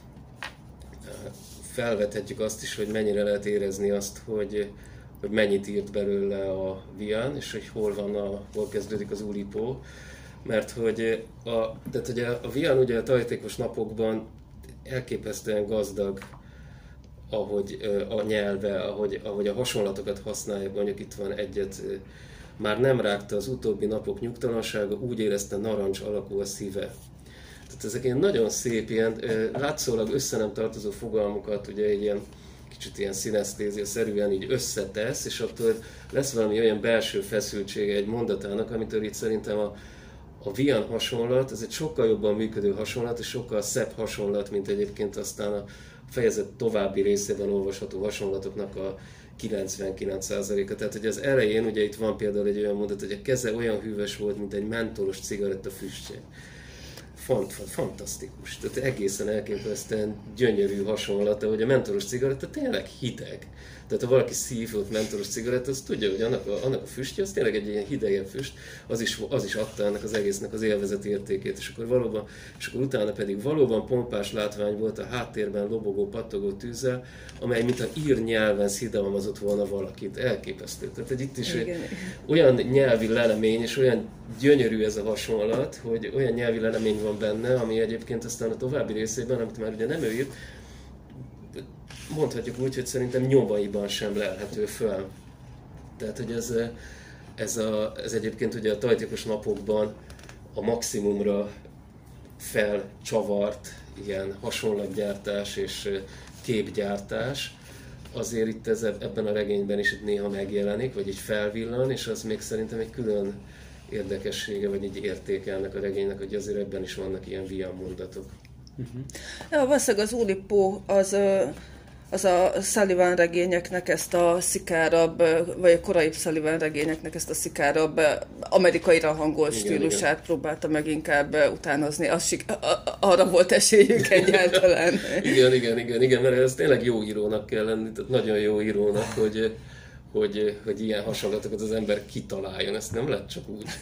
felvethetjük azt is, hogy mennyire lehet érezni azt, hogy mennyit írt belőle a Vian, és hogy hol kezdődik az Oulipo. Mert hogy a Vian ugye a Tajtékos napokban elképesztően gazdag, ahogy a nyelve, ahogy a hasonlatokat használja, mondjuk itt van egyet, már nem rágta az utóbbi napok nyugtalansága, úgy érezte narancs alakú a szíve. Tehát ezek ilyen nagyon szép, ilyen látszólag össze nem tartozó fogalmukat, ugye egy ilyen kicsit ilyen szinesztézia-szerűen így összetesz, és attól lesz valami olyan belső feszültsége egy mondatának, amitől itt szerintem a Vian hasonlat, ez egy sokkal jobban működő hasonlat, és sokkal szebb hasonlat, mint egyébként aztán a fejezet további részében olvasható hasonlatoknak a 99%-a. Tehát, hogy az elején, ugye itt van például egy olyan mondat, hogy a keze olyan hűvös volt, mint egy mentolos cigaretta füstje. Fantasztikus, tehát egészen elképesztően gyönyörű hasonlata, hogy a mentolos cigaretta tényleg hideg. Tehát ha valaki szív ott mentolos cigaretta, az tudja, hogy annak a füstje, az tényleg egy ilyen hidegebb füst, az is adta ennek az egésznek az élvezeti értékét, és akkor utána pedig valóban pompás látvány volt a háttérben lobogó, pattogó tűzzel, amely mint a ír nyelven szidalmazott volna valakit. Elképesztő. Tehát itt is olyan nyelvi lelemény, és olyan gyönyörű ez a hasonlat, hogy olyan nyelvi lelemény van benne, ami egyébként aztán a további részében, amit már ugye nem ő írt, mondhatjuk úgy, hogy szerintem nyomaiban sem lelhető föl. Tehát, hogy ez egyébként ugye a Tajtékos napokban a maximumra felcsavart ilyen hasonlatgyártás és képgyártás, azért itt ebben a regényben is itt néha megjelenik, vagy így felvillan, és az még szerintem egy külön érdekessége, vagy egy értéke ennek a regénynek, hogy azért ebben is vannak ilyen Vian mondatok. Ja, valószínűleg az Oulipo az a Sullivan regényeknek ezt a szikárabb, vagy a korai Sullivan regényeknek ezt a szikárabb, amerikaira hangolt stílusát próbálta meg inkább utánozni. Arra volt esélyük egyáltalán. Igen, mert ez tényleg jó írónak kell lenni, tehát nagyon jó írónak, hogy ilyen hasonlatokat az ember kitaláljon, ezt nem lehet csak úgy.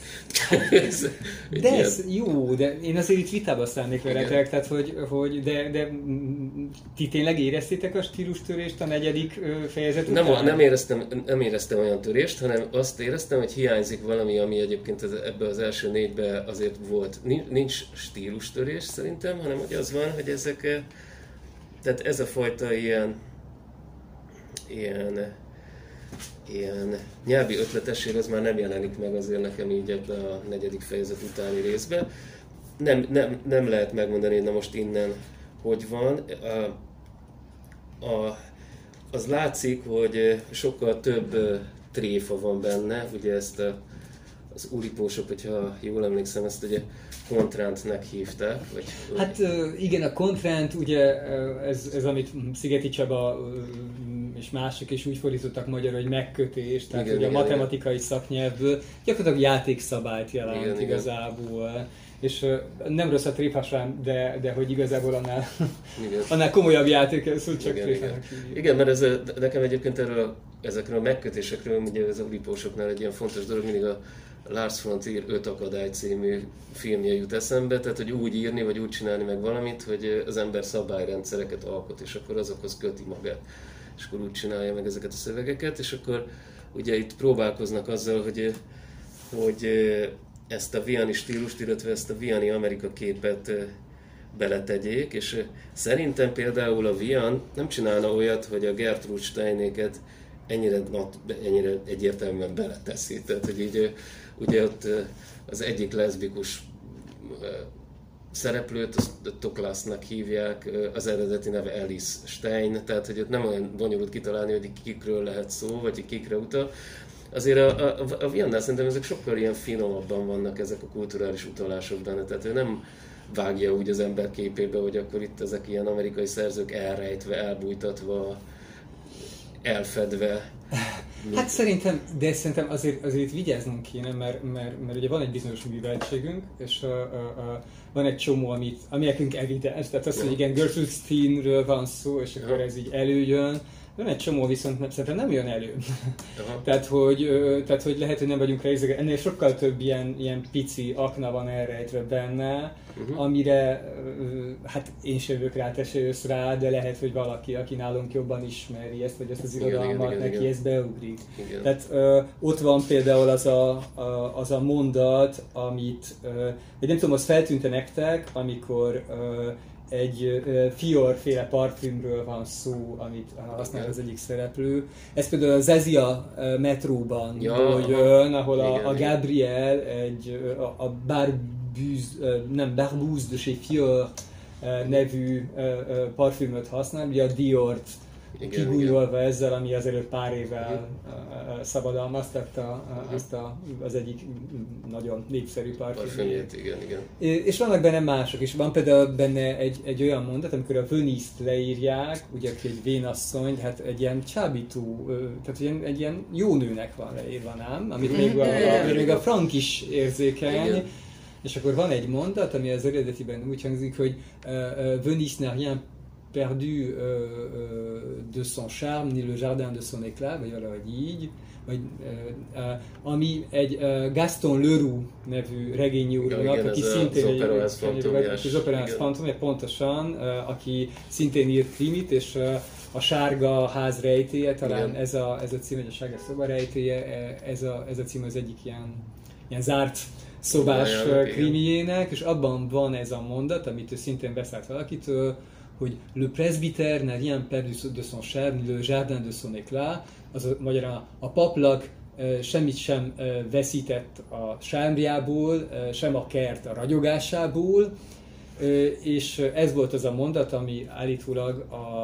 Ez jó, de én azért itt vitába szállnék veletek, tehát de ti tényleg éreztétek a stílustörést a negyedik fejezet után? Nem éreztem olyan törést, hanem azt éreztem, hogy hiányzik valami, ami egyébként ebben az első négyben azért volt. Nincs stílustörés szerintem, hanem hogy az van, hogy ezek, tehát ez a fajta ilyen nyelvi ötletesség az már nem jelenik meg azért nekem így ebben a negyedik fejezet utáni részben. Nem lehet megmondani, hogy na most innen hogy van. Az látszik, hogy sokkal több tréfa van benne, ugye ezt az Oulipósok, hogyha jól emlékszem, ezt ugye kontrántnek hívták. Hát igen, a kontránt, ugye ez amit Szigeti Csaba és mások is úgy fordítottak magyarul, hogy megkötés, tehát igen, hogy igen, a matematikai szaknyelvből gyakorlatilag játékszabályt jelent igen, igazából. És nem rossz a tréfásán, de hogy igazából annál komolyabb játék, szó csak tréfának. Igen, mert nekem egyébként ezekről a megkötésekről, ugye az Oedipusoknál egy ilyen fontos dolog, mindig a Lars von Trier 5 akadály című filmje jut eszembe, tehát hogy úgy írni, vagy úgy csinálni meg valamit, hogy az ember szabályrendszereket alkot, és akkor azokhoz köti magát, és akkor úgy csinálja meg ezeket a szövegeket, és akkor ugye itt próbálkoznak azzal, hogy ezt a viani stílust, illetve ezt a viani Amerika képet beletegyék, és szerintem például a Vian nem csinálna olyat, hogy a Gertrude Steinéket ennyire egyértelműen beleteszi. Tehát, hogy így ugye ott az egyik leszbikus szereplőt, azt Toklásznak hívják, az eredeti neve Alice Stein, tehát hogy ott nem olyan bonyolult kitalálni, hogy kikről lehet szó, vagy kikre utal. Azért a Viannál szerintem ezek sokkal ilyen finomabban vannak ezek a kulturális utalások benne, tehát ő nem vágja úgy az ember képébe, hogy akkor itt ezek ilyen amerikai szerzők elrejtve, elbújtatva, elfedve. Hát szerintem azért itt vigyáznunk kéne, mert ugye van egy bizonyos műveltségünk, és van egy csomó, ami nekünk evidens, tehát az, hogy igen, Gertrude Steinről van szó, és akkor ez így előjön. Van egy csomó, viszont szerintem nem jön elő. tehát, hogy lehet, hogy nem vagyunk rá érzékenyek. Ennél sokkal több ilyen pici akna van elrejtve benne, amire hát én sem jövök rá, te se jössz rá, de lehet, hogy valaki, aki nálunk jobban ismeri ezt, vagy ezt az irodalmat, neki ez beugrik. Igen. Tehát ott van például az a mondat, amit, vagy nem tudom, az feltűnte nektek, amikor egy Fior-féle parfümről van szó, amit használ az egyik szereplő. Ez például az Azia metróban jön, ahol a Gabriel a Barbuse de chez Fior nevű parfümöt használ, ugye a Diort kigúnyolva ezzel, ami azelőtt pár évvel szabadalmaztatta az egyik nagyon népszerű parfümjét. Igen. És vannak benne mások is. Van például benne egy olyan mondat, amikor a Venice-t leírják, ugye aki egy vénasszony, hát egy ilyen csábító, tehát egy ilyen jó nőnek van leírva, nem? Amit még a Frank is érzékeny. Igen. És akkor van egy mondat, ami az eredetiben úgy hangzik, hogy Venice n'a rien perdu de son charme, ni le jardin de son éclat, vagy valahogy így, vagy, ami egy Gaston Leroux nevű regényírónak, aki szintén az Opéra Fantomás, pontosan, aki szintén írt krimit, és a Sárga ház rejtélye, talán ez a cím, vagy a Sárga szoba rejtélye, ez a cím az egyik ilyen zárt szobás krimiének, és abban van ez a mondat, amit ő szintén beszállt valakitől, hogy le presbytère n'a rien perdu de son charme, le jardin de son éclat, azaz magyarán a paplak semmit sem veszített a sármjából, sem a kert a ragyogásából, és ez volt az a mondat, ami állítólag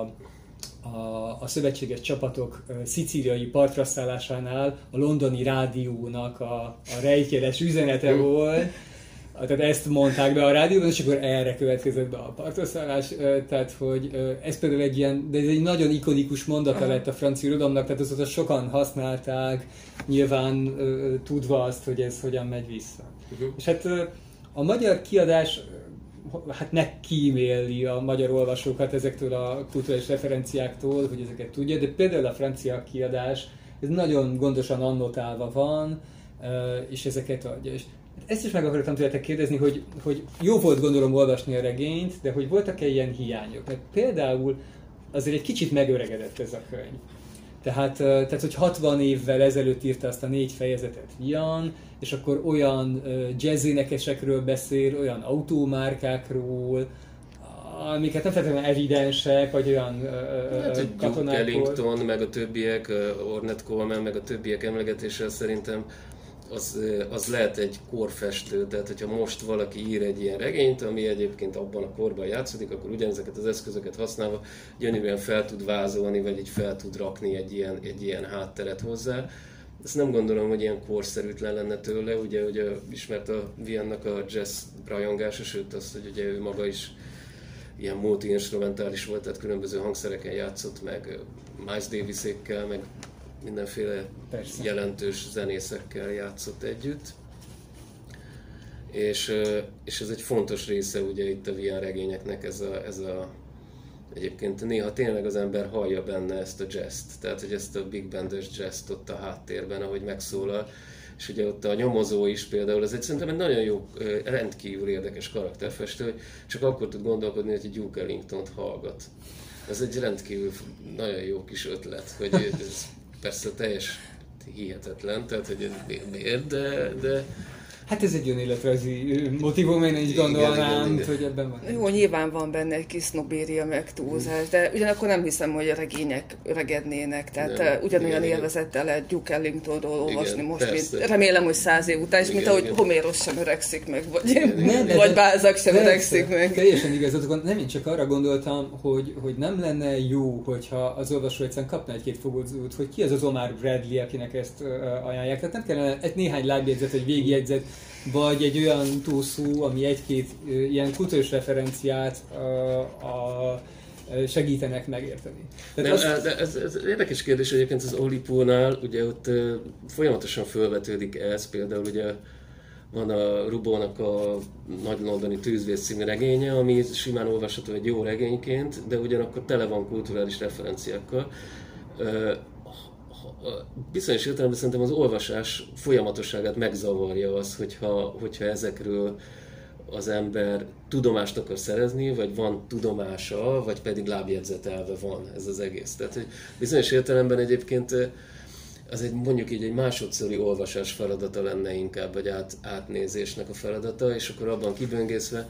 a szövetséges csapatok szicíliai partraszállásánál a londoni rádiónak a rejtjeles üzenete volt. Tehát ezt mondták be a rádióban, és akkor erre következett be a partraszállás. Tehát, hogy ez például egy ilyen, de ez egy nagyon ikonikus mondata lett a francia irodalomnak, tehát azóta sokan használták, nyilván tudva azt, hogy ez hogyan megy vissza. És hát a magyar kiadás hát megkíméli a magyar olvasókat ezektől a kulturális referenciáktól, hogy ezeket tudja, de például a francia kiadás, ez nagyon gondosan annotálva van, és ezeket adja. És ezt is meg akartam tőletek kérdezni, hogy jó volt gondolom olvasni a regényt, de hogy voltak-e ilyen hiányok? Mert például azért egy kicsit megöregedett ez a könyv. Tehát, hogy 60 évvel ezelőtt írta azt a 4 fejezetet Vian, és akkor olyan jazz-énekesekről beszél, olyan autómárkákról, amiket nem feltétlenül evidensek, vagy olyan katonákról. Duke Ellington, meg a többiek, Ornette Coleman, meg a többiek emlegetéssel szerintem az lehet egy korfestő, tehát hogyha most valaki ír egy ilyen regényt, ami egyébként abban a korban játszódik, akkor ugyanezeket az eszközöket használva gyönyörűen fel tud vázolni, vagy így fel tud rakni egy ilyen hátteret hozzá. Ezt nem gondolom, hogy ilyen korszerűtlen lenne tőle, ugye ismert a Viannak a jazz rajongása, sőt azt, hogy ugye ő maga is ilyen multi-instrumentális volt, tehát különböző hangszereken játszott, meg Miles Davisékkel, meg mindenféle jelentős zenészekkel játszott együtt. És ez egy fontos része ugye itt a VR regényeknek, ez a egyébként néha tényleg az ember hallja benne ezt a jazzt, tehát hogy ezt a big bandes jazzt ott a háttérben, ahogy megszólal, és ugye ott a nyomozó is például, ez szerintem egy nagyon jó, rendkívül érdekes karakterfestő, hogy csak akkor tud gondolkodni, hogy Duke Ellingtont hallgat. Ez egy rendkívül nagyon jó kis ötlet, hogy ez persze teljes hihetetlen, tehát hogy miért, de hát ez egy önéletrajzi motivum, én így gondolnám, hogy ebben van. Jó, nyilván van benne egy kis sznobéria megtúlzás, de ugyanakkor nem hiszem, hogy a regények öregednének, tehát nem, ugyanolyan élvezettel lehet Duke Ellingtonról olvasni most, mint remélem, hogy 100 év után, és mint ahogy Homéros sem öregszik meg, vagy Balzac sem öregszik meg. Teljesen igazatok van, nem, én csak arra gondoltam, hogy nem lenne jó, hogyha az olvasó egyszerűen kapna egy-két fogódzót, hogy ki az az Omar Bradley, akinek ezt ajánlják. Tehát nem kellene egy néhány lábjegyzet, vagy végjegyzet, vagy egy olyan túlszó, ami egy-két ilyen kultúrás referenciát segítenek megérteni. Nem, de ez érdekes kérdés egyébként az Oulipo-nál, ugye ott folyamatosan felvetődik ez, például ugye van a Rubónak a Nagy Londoni Tűzvész című regénye, ami simán olvasható egy jó regényként, de ugyanakkor tele van kulturális referenciákkal. Bizonyos értelemben szerintem az olvasás folyamatosságát megzavarja az, hogyha ezekről az ember tudomást akar szerezni, vagy van tudomása, vagy pedig lábjegyzetelve van ez az egész. Tehát hogy bizonyos értelemben egyébként az mondjuk így egy másodszori olvasás feladata lenne inkább, vagy átnézésnek a feladata, és akkor abban kiböngészve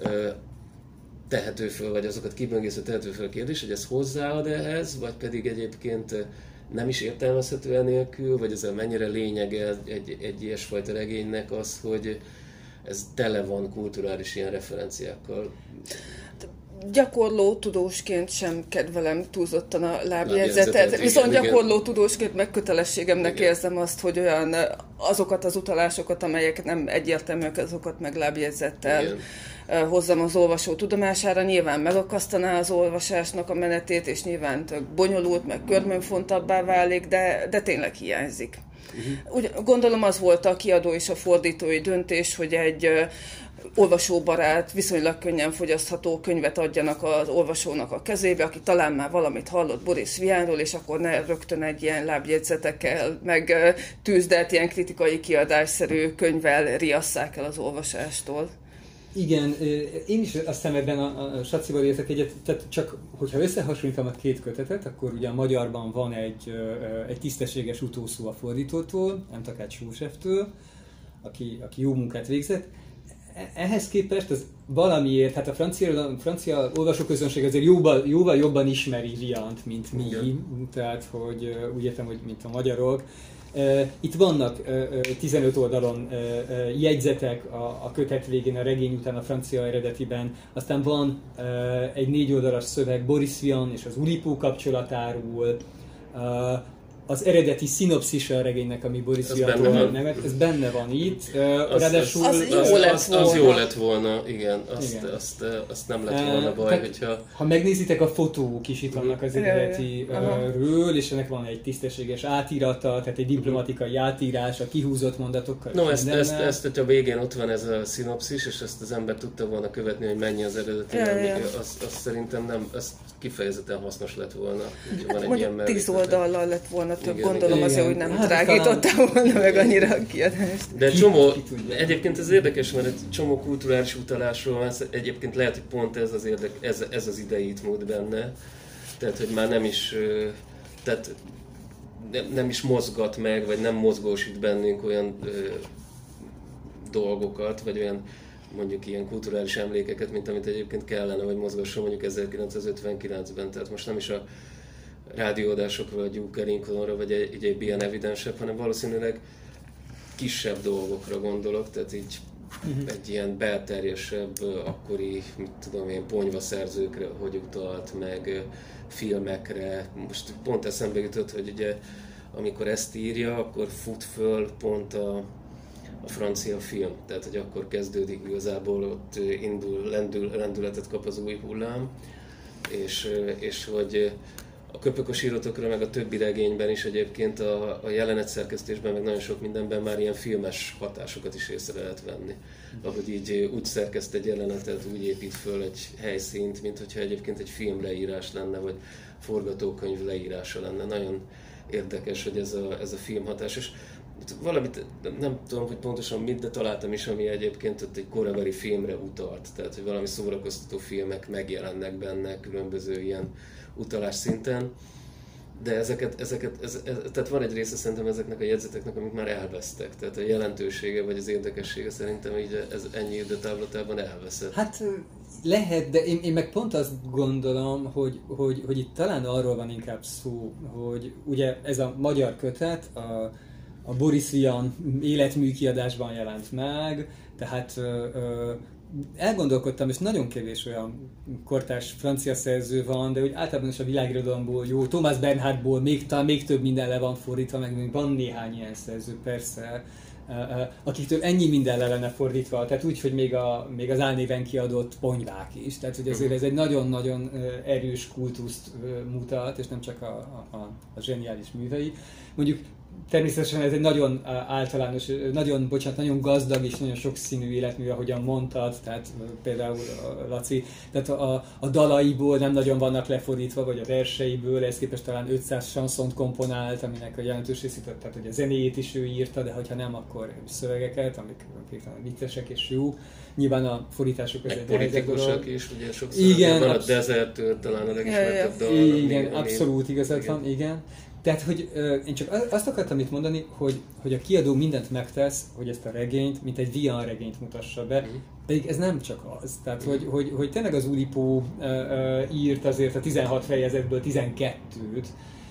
tehető föl, vagy azokat kiböngészve tehető föl a kérdés, hogy ez hozzáad ehhez, vagy pedig egyébként nem is értelmezhető enélkül, vagy ezzel mennyire lényege egy ilyesfajta regénynek az, hogy ez tele van kulturális ilyen referenciákkal. Gyakorló tudósként sem kedvelem túlzottan a lábjegyzetet, viszont gyakorló tudósként megkötelességemnek érzem azt, hogy azokat az utalásokat, amelyek nem egyértelműek, azokat meg lábjegyzettel hozzam az olvasó tudomására. Nyilván megakasztaná az olvasásnak a menetét, és nyilván tök bonyolult, meg körmönfontabbá válik, de tényleg hiányzik. Gondolom az volt a kiadó és a fordítói döntés, hogy egy olvasóbarát, viszonylag könnyen fogyasztható könyvet adjanak az olvasónak a kezébe, aki talán már valamit hallott Boris Vianról, és akkor ne rögtön egy ilyen lábjegyzetekkel, meg tűzdelt ilyen kritikai kiadásszerű könyvvel riasszák el az olvasástól. Igen, én is azt hiszem ebben a Sacival értek egyet, tehát csak hogyha összehasonlítom a két kötetet, akkor ugye a magyarban van egy tisztességes utószó a fordítótól, nem Takács Józseftől, aki jó munkát végzett. Ehhez képest az valamiért, hát a francia olvasóközönség azért jóval jobban ismeri Viant, mint mi, tehát hogy úgy értem, hogy mint a magyarok. Itt vannak 15 oldalon jegyzetek a kötet végén, a regény után a francia eredetiben, aztán van egy 4 oldalas szöveg Boris Vian és az Oulipo kapcsolatáról, az eredeti szinopszisa a regénynek, ami Boris Viantól nevet, ez benne van itt. Ráadásul az jó lett volna, igen, azt nem lett volna baj, hogyha... Ha megnézitek, a fotók is itt vannak az eredetiről, és ennek van egy tisztességes átirata, tehát egy diplomatikai átírás, a kihúzott mondatokkal. No, ezt a végén ott van ez a szinopszis, és ezt az ember tudta volna követni, hogy mennyi az eredeti, azt szerintem nem, az kifejezetten hasznos lett volna. Mondjuk 10 oldallal lett volna több, igen, gondolom azért, hogy nem drágítottál volna meg annyira a kiadást. De csomó, egyébként ez érdekes, mert egy csomó kulturális utalásról van, egyébként lehet, hogy pont ez az idei múlt benne, tehát hogy már nem is mozgat meg, vagy nem mozgósít bennünk olyan dolgokat, vagy olyan mondjuk ilyen kulturális emlékeket, mint amit egyébként kellene, hogy mozgasson mondjuk 1959-ben, tehát most nem is a rádióadásokról, vagy Duke Ellingtonra, vagy egy ilyen evidensebb, hanem valószínűleg kisebb dolgokra gondolok, tehát így egy ilyen belterjesebb, akkori, mit tudom én, ponyvaszerzőkre, hogy utalt, meg filmekre. Most pont eszembe jutott, hogy ugye amikor ezt írja, akkor fut föl pont a francia film. Tehát, hogy akkor kezdődik igazából, ott lendületet kap az új hullám, és hogy a Köpökos írótokra, meg a többi regényben is egyébként a jelenetszerkesztésben, meg nagyon sok mindenben már ilyen filmes hatásokat is észre lehet venni. Ahogy így úgy szerkeszt egy jelenetet, úgy épít föl egy helyszínt, mint hogyha egyébként egy filmleírás lenne, vagy forgatókönyv leírása lenne. Nagyon érdekes, hogy ez a filmhatás. És valamit, nem tudom, hogy pontosan mit, de találtam is, ami egyébként ott egy korabeli filmre utalt. Tehát, hogy valami szórakoztató filmek megjelennek benne, különböző ilyen utalás szinten. De tehát van egy része szerintem ezeknek a jegyzeteknek, amik már elvesztek. Tehát a jelentősége vagy az érdekessége szerintem így ez ennyi időtávlatában elveszett. Hát lehet, de én meg pont azt gondolom, hogy itt talán arról van inkább szó, hogy ugye ez a magyar kötet a Boris Vian életmű kiadásban jelent meg, tehát elgondolkodtam, és nagyon kevés olyan kortárs francia szerző van, de úgy általában is a világirodalomból jó, Thomas Bernhardból még több minden le van fordítva, meg még van néhány ilyen szerző, persze, akiktől ennyi minden le lenne fordítva, tehát úgy, hogy még az álnéven kiadott ponyvák is, tehát hogy azért ez egy nagyon-nagyon erős kultuszt mutat, és nem csak a zseniális művei. Mondjuk természetesen ez egy nagyon általános, nagyon gazdag és nagyon sokszínű életmű, ahogyan mondtad, tehát például Laci, tehát a dalaiból nem nagyon vannak lefordítva, vagy a verseiből, ehhez képest talán 500 chanson komponált, aminek a jelentős részét, tehát hogy a zenéjét is ő írta, de hogyha nem, akkor szövegeket, amik viccesek és jó. Nyilván a fordítások az egy politikusak is, ugye sokszor van a Desertőr, talán a legismertebb dal. Igen, abszolút igazad van, igen. Tehát, hogy én csak azt akartam itt mondani, hogy a kiadó mindent megtesz, hogy ezt a regényt, mint egy Vian regényt mutassa be, pedig ez nem csak az. Tehát, hogy tényleg az Oulipo írt azért a 16 fejezetből 12-t,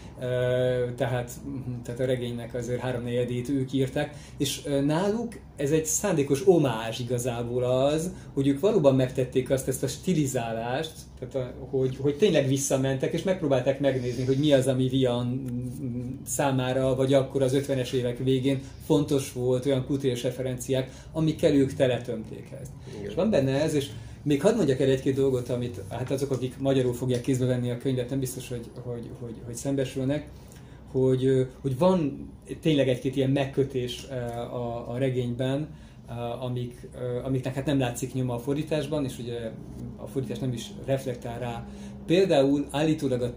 tehát a regénynek azért 3/4-ét ők írták, és náluk ez egy szándékos omázs igazából az, hogy ők valóban megtették ezt a stilizálást, tehát hogy tényleg visszamentek, és megpróbálták megnézni, hogy mi az, ami Vian számára, vagy akkor az 50-es évek végén fontos volt, olyan kulturális referenciák, amikkel ők teletömték ezt. És van benne ez, és még hadd mondjak el egy-két dolgot, amit hát azok, akik magyarul fogják kézbe venni a könyvet, nem biztos, hogy szembesülnek, hogy van tényleg egy-két ilyen megkötés a regényben, amiknek hát nem látszik nyoma a fordításban, és ugye a fordítás nem is reflektál rá. Például állítólag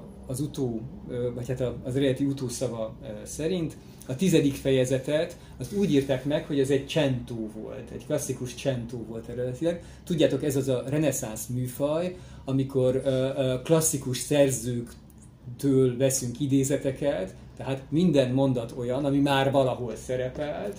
vagy hát az eredeti utószava szerint a 10. fejezetet azt úgy írták meg, hogy ez egy csentó volt, egy klasszikus csentó volt eredetileg. Tudjátok, ez az a reneszánsz műfaj, amikor klasszikus szerzőktől veszünk idézeteket, tehát minden mondat olyan, ami már valahol szerepelt,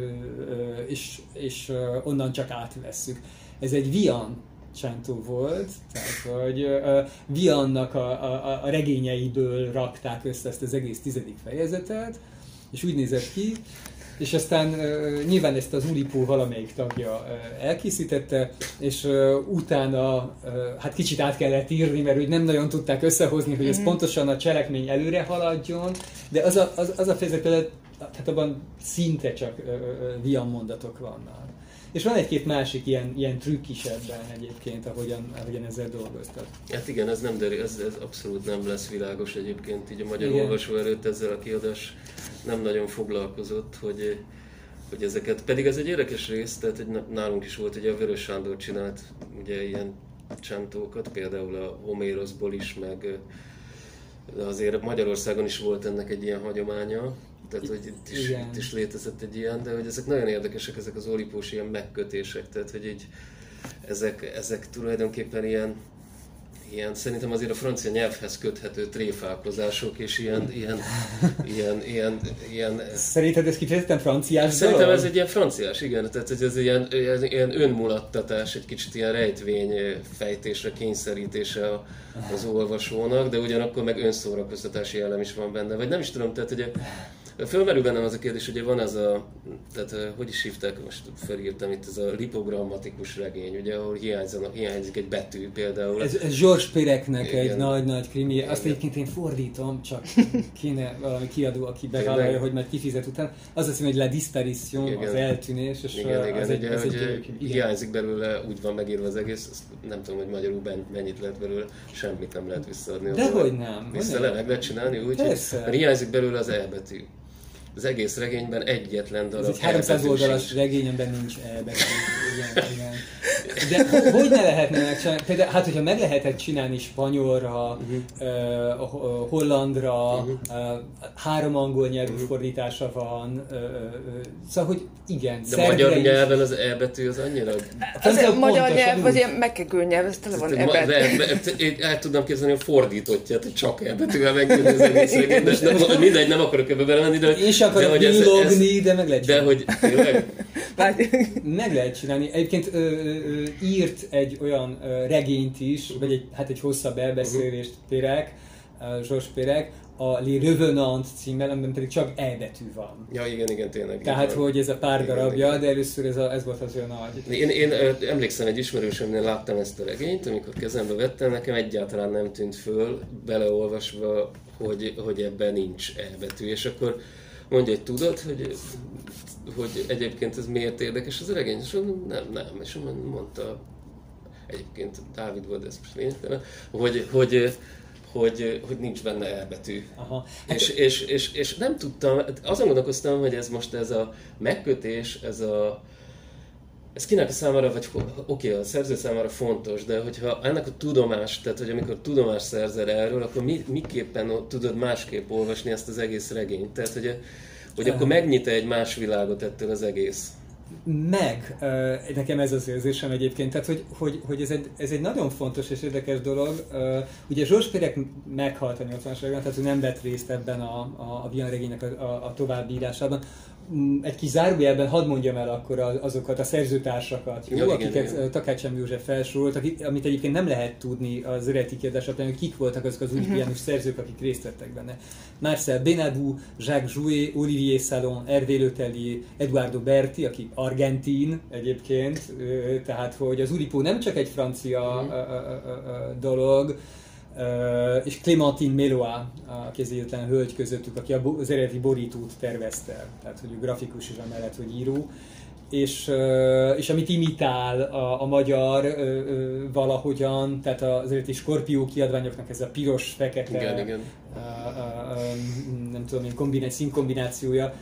és onnan csak átvesszük. Ez egy Vian csentó volt, tehát hogy Viannak a regényeiből rakták össze ezt az egész 10. fejezetet, és úgy nézett ki, és aztán nyilván ezt az Oulipo valamelyik tagja elkészítette, és utána hát kicsit át kellett írni, mert úgy nem nagyon tudták összehozni, hogy ez pontosan a cselekmény előre haladjon, de az a fejezet például, hát abban szinte csak Vian mondatok vannak. És van egy-két másik ilyen trükk is ebben egyébként, ahogyan ezzel dolgoztak. Hát igen, ez abszolút nem lesz világos egyébként, így a magyar olvasó előtt ezzel a kiadás nem nagyon foglalkozott, hogy ezeket, pedig ez egy érdekes rész, tehát nálunk is volt, ugye a Vörös Sándor csinált ugye ilyen csentókat, például a Homérosból is, meg azért Magyarországon is volt ennek egy ilyen hagyománya, tehát hogy itt is létezett egy ilyen, de hogy ezek nagyon érdekesek, ezek az Oulipós ilyen megkötések, tehát hogy így ezek tulajdonképpen ilyen szerintem azért a francia nyelvhez köthető tréfálkozások, és ilyen... Szerinted ez kifejezetten franciás? Szerintem ez egy ilyen franciás, igen, tehát hogy ez ilyen önmulattatás, egy kicsit ilyen rejtvényfejtésre kényszerítése az olvasónak, de ugyanakkor meg önszórakoztatási elem is van benne, vagy nem is tudom, tehát hogy Fölmerül bennem az a kérdés, ugye van ez a, tehát hogy is hívták, most felírtam itt, ez a lipogrammatikus regény, ugye, ahol hiányzik egy betű például. Ez Georges Perecnek egy nagy-nagy krimi, azt egyébként én fordítom, csak kéne valami kiadó, aki bevállalja, hogy majd kifizet után. Az azt mondja, hogy la disparition, az eltűnés, és ez egy hiányzik belőle, úgy van megírva az egész, nem tudom, hogy magyarul mennyit lehet belőle, semmit nem lehet visszaadni. Dehogy nem. Meg lehet csinálni úgy, hogy hiányzik belőle az E betű. Az egész regényben egyetlen darab. Ez egy 300 oldalas regény, amiben nincs E-betű. Igen. De hogy ne lehetne megcsinálni? Például, hát hogyha meg lehetett csinálni spanyolra, hollandra, 3 angol nyelvű fordítása van, szóval, hogy igen. De magyar nyelven az E betű az annyira... Az magyar nyelv, az ilyen megkegő nyelv, ez tele van E-betű. Én el tudnám képzelni a fordítottját, hogy csak E-betűvel megírni az egész regény, de mindegy, nem akarok ebbe belemenni, de... Én sem akarok villogni, de meg lehet csinálni. De hogy tényleg? Meg lehet csinálni. Egyébként írt egy olyan regényt is, vagy egy hosszabb elbeszélést Georges Perec, a Les Revenants címmel, amiben pedig csak E betű van. Ja, igen, tényleg. Tehát, hogy ez a pár darabja, de először ez volt az olyan nagy. Én emlékszem egy ismerősömnél láttam ezt a regényt, amikor kezembe vettem, nekem egyáltalán nem tűnt föl, beleolvasva, hogy ebben nincs E betű, és akkor mondja, hogy tudod, hogy egyébként ez miért érdekes az a regény? És nem. És mondta, egyébként Dávid volt, ez most lényegtelen, hogy nincs benne elbetű. És nem tudtam, azon gondolkoztam, hogy ez most ez a megkötés, ez kinek a számára, vagy oké, a szerző számára fontos, de hogyha ennek a tudomás, tehát hogy amikor tudomást szerzel erről, akkor miképpen tudod másképp olvasni ezt az egész regényt? Tehát, hogy akkor megnyit egy más világot ettől az egész. Nekem ez az érzésem egyébként, tehát hogy ez egy nagyon fontos és érdekes dolog. Ugye Georges Perec meghalt a 80-as években, tehát ő nem vett részt ebben a Vian-regénynek a továbbírásában. Egy kis zárójelben hadd mondjam el akkor azokat a szerzőtársakat, jó, akiket Takács M. József felsorolt, amit egyébként nem lehet tudni az eredeti kiadás alapján, hogy kik voltak azok az új szerzők, akik részt vettek benne. Marcel Benadou, Jacques Jouet, Olivier Salon, Hervé Le Tellier, Eduardo Berti, aki argentin egyébként, tehát hogy az Oulipo nem csak egy francia dolog, és Clémentine Mélois, a kézjegyetlen hölgy közöttük, aki az eredeti borítót tervezte, tehát hogy ő grafikus is amellett, hogy író, és amit imitál a magyar valahogyan, tehát az eredeti Skorpió kiadványoknak ez a piros-fekete, igen. Nem tudom én, színkombinációja,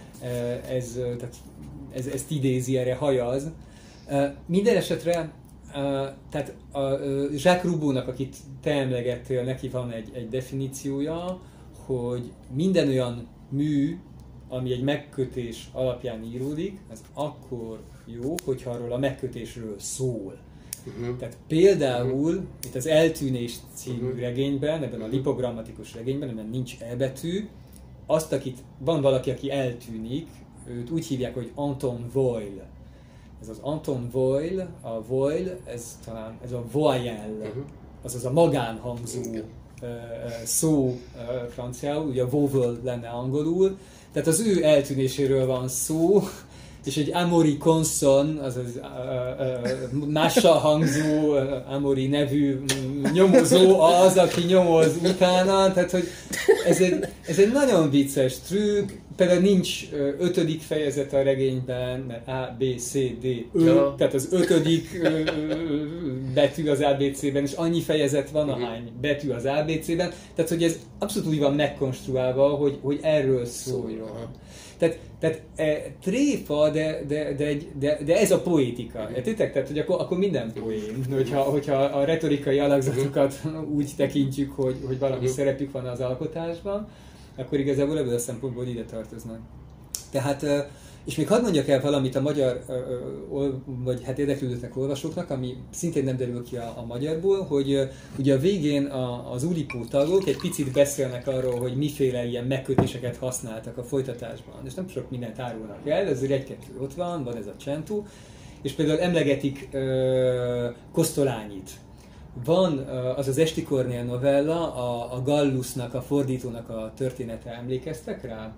ezt idézi, erre hajaz. Minden esetre tehát a Jacques Roubaudnak, akit te emlegettél, neki van egy definíciója, hogy minden olyan mű, ami egy megkötés alapján íródik, az akkor jó, hogyha arról a megkötésről szól. Tehát például itt az Eltűnés című regényben, ebben a lipogrammatikus regényben, amiben nincs E-betű, azt, van valaki, aki eltűnik, őt úgy hívják, hogy Anton Voil. Ez az Anton Voil, a Voil, ez a voyelle, azaz a magánhangzó szó franciául, ugye a vowel lenne angolul, tehát az ő eltűnéséről van szó, és egy Amaury Conson, azaz mással hangzó, Amaury nevű nyomozó az, aki nyomoz utána, tehát hogy ez egy nagyon vicces trükk, például nincs 5. fejezet a regényben, mert A, B, C, D, Ö, tehát az 5. betű az ABC-ben, és annyi fejezet van, ahány betű az ABC-ben, tehát hogy ez abszolút úgy van megkonstruálva, hogy erről szóljon. Tehát tréfa, de ez a poétika. Értitek? Tehát, hogy akkor minden poén. Hogyha a retorikai alakzatokat úgy tekintjük, hogy valami szerepük van az alkotásban, akkor igazából ebből a szempontból ide tartoznak. Tehát, és még hadd mondjak el valamit a magyar, vagy hát érdeklődőknek, olvasóknak, ami szintén nem derül ki a magyarból, hogy ugye a végén az Oulipo tagok egy picit beszélnek arról, hogy miféle ilyen megkötéseket használtak a folytatásban. És nem sok mindent árulnak el, ezért egy-kettő ott van ez a Centu, és például emlegetik Kosztolányit. Van az az Esti Kornél novella, a Gallusnak, a fordítónak a története, emlékeztek rá?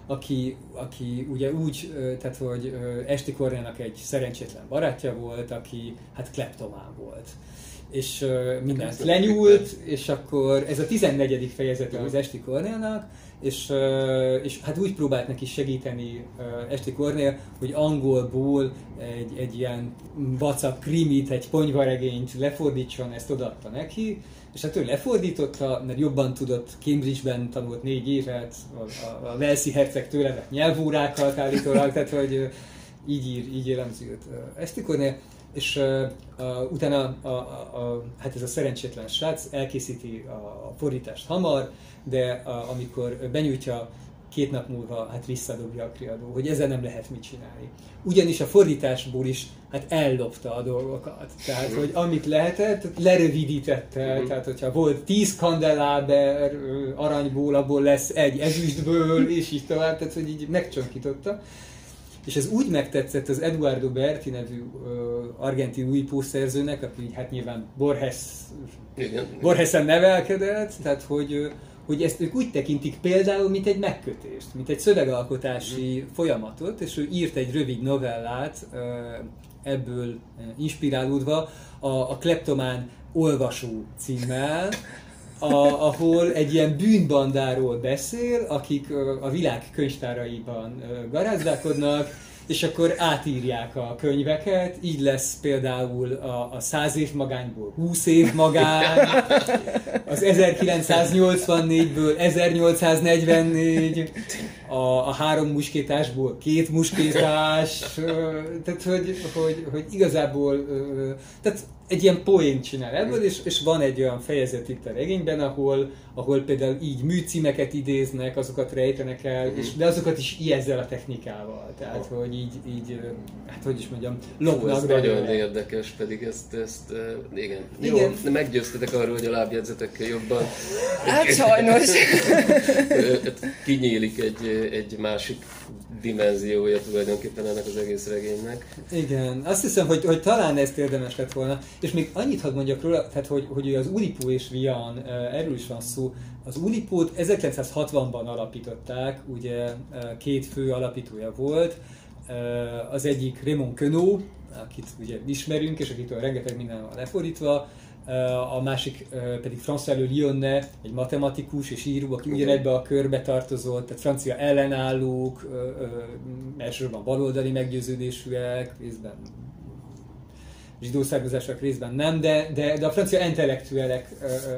aki ugye úgy, tehát hogy Esti Kornénak egy szerencsétlen barátja volt, aki hát kleptomán volt. És mindent lenyúlt, és akkor ez a 14. fejezete az Esti Kornélnak, és hát úgy próbált neki segíteni Esti Kornél, hogy angolból egy ilyen vacak krimit, egy ponyvaregényt lefordítson, ezt odaadta neki, és hát ő lefordította, mert jobban tudott, Cambridge-ben tanult 4 évet, a Walesi herceg tőle lett nyelvórákat állítólag, tehát hogy így jellemzi őt Esti Kornél. És utána hát ez a szerencsétlen srác elkészíti a fordítást hamar, de amikor benyújtja, 2 nap múlva hát visszadobja a kiadó, hogy ezzel nem lehet mit csinálni. Ugyanis a fordításból is hát ellopta a dolgokat. Tehát, hogy amit lehetett, lerövidítette. Tehát, hogyha volt 10 kandeláber aranyból, abból lesz 1 ezüstből, és így tovább, tehát, hogy így megcsonkította. És ez úgy megtetszett az Eduardo Berti nevű argentin újipószerzőnek, aki hát nyilván Borgesen nevelkedett, tehát hogy ezt ők úgy tekintik például, mint egy megkötést, mint egy szövegalkotási folyamatot, és ő írt egy rövid novellát ebből inspirálódva, a Kleptomán olvasó címmel, ahol egy ilyen bűnbandáról beszél, akik a világ könyvtáraiban garázdálkodnak, és akkor átírják a könyveket, így lesz például a 100 év magányból 20 év magány, az 1984-ből 1844, a 3 muskétásból 2 muskétás, tehát hogy igazából tehát egy ilyen poént csinál ebből, és van egy olyan fejezet itt a regényben, ahol például így műcímeket idéznek, azokat rejtenek el, de azokat is ezzel a technikával. Tehát, hogy így hát hogy is mondjam, lopnak. Ez nagyon érdekes, pedig ezt igen. Jó, meggyőztetek arról, hogy a lábjegyzetekkel jobban. Hát sajnos. Kinyílik egy másik dimenziója tulajdonképpen ennek az egész regénynek. Igen, azt hiszem, hogy talán ezt érdemes lett volna. És még annyit hadd mondjak róla, tehát hogy az Oulipo és Vian, erről is van szó. Az Oulipót 1960-ban alapították, ugye 2 fő alapítója volt. Az egyik Raymond Queneau, akit ugye ismerünk, és akitől rengeteg minden van lefordítva. A másik pedig François Lyonnais, egy matematikus és író, aki ugyanebbe a körbe tartozott, tehát francia ellenállók, elsősorban baloldali meggyőződésűek, részben zsidó származásúak, részben nem, de a francia intellektuelek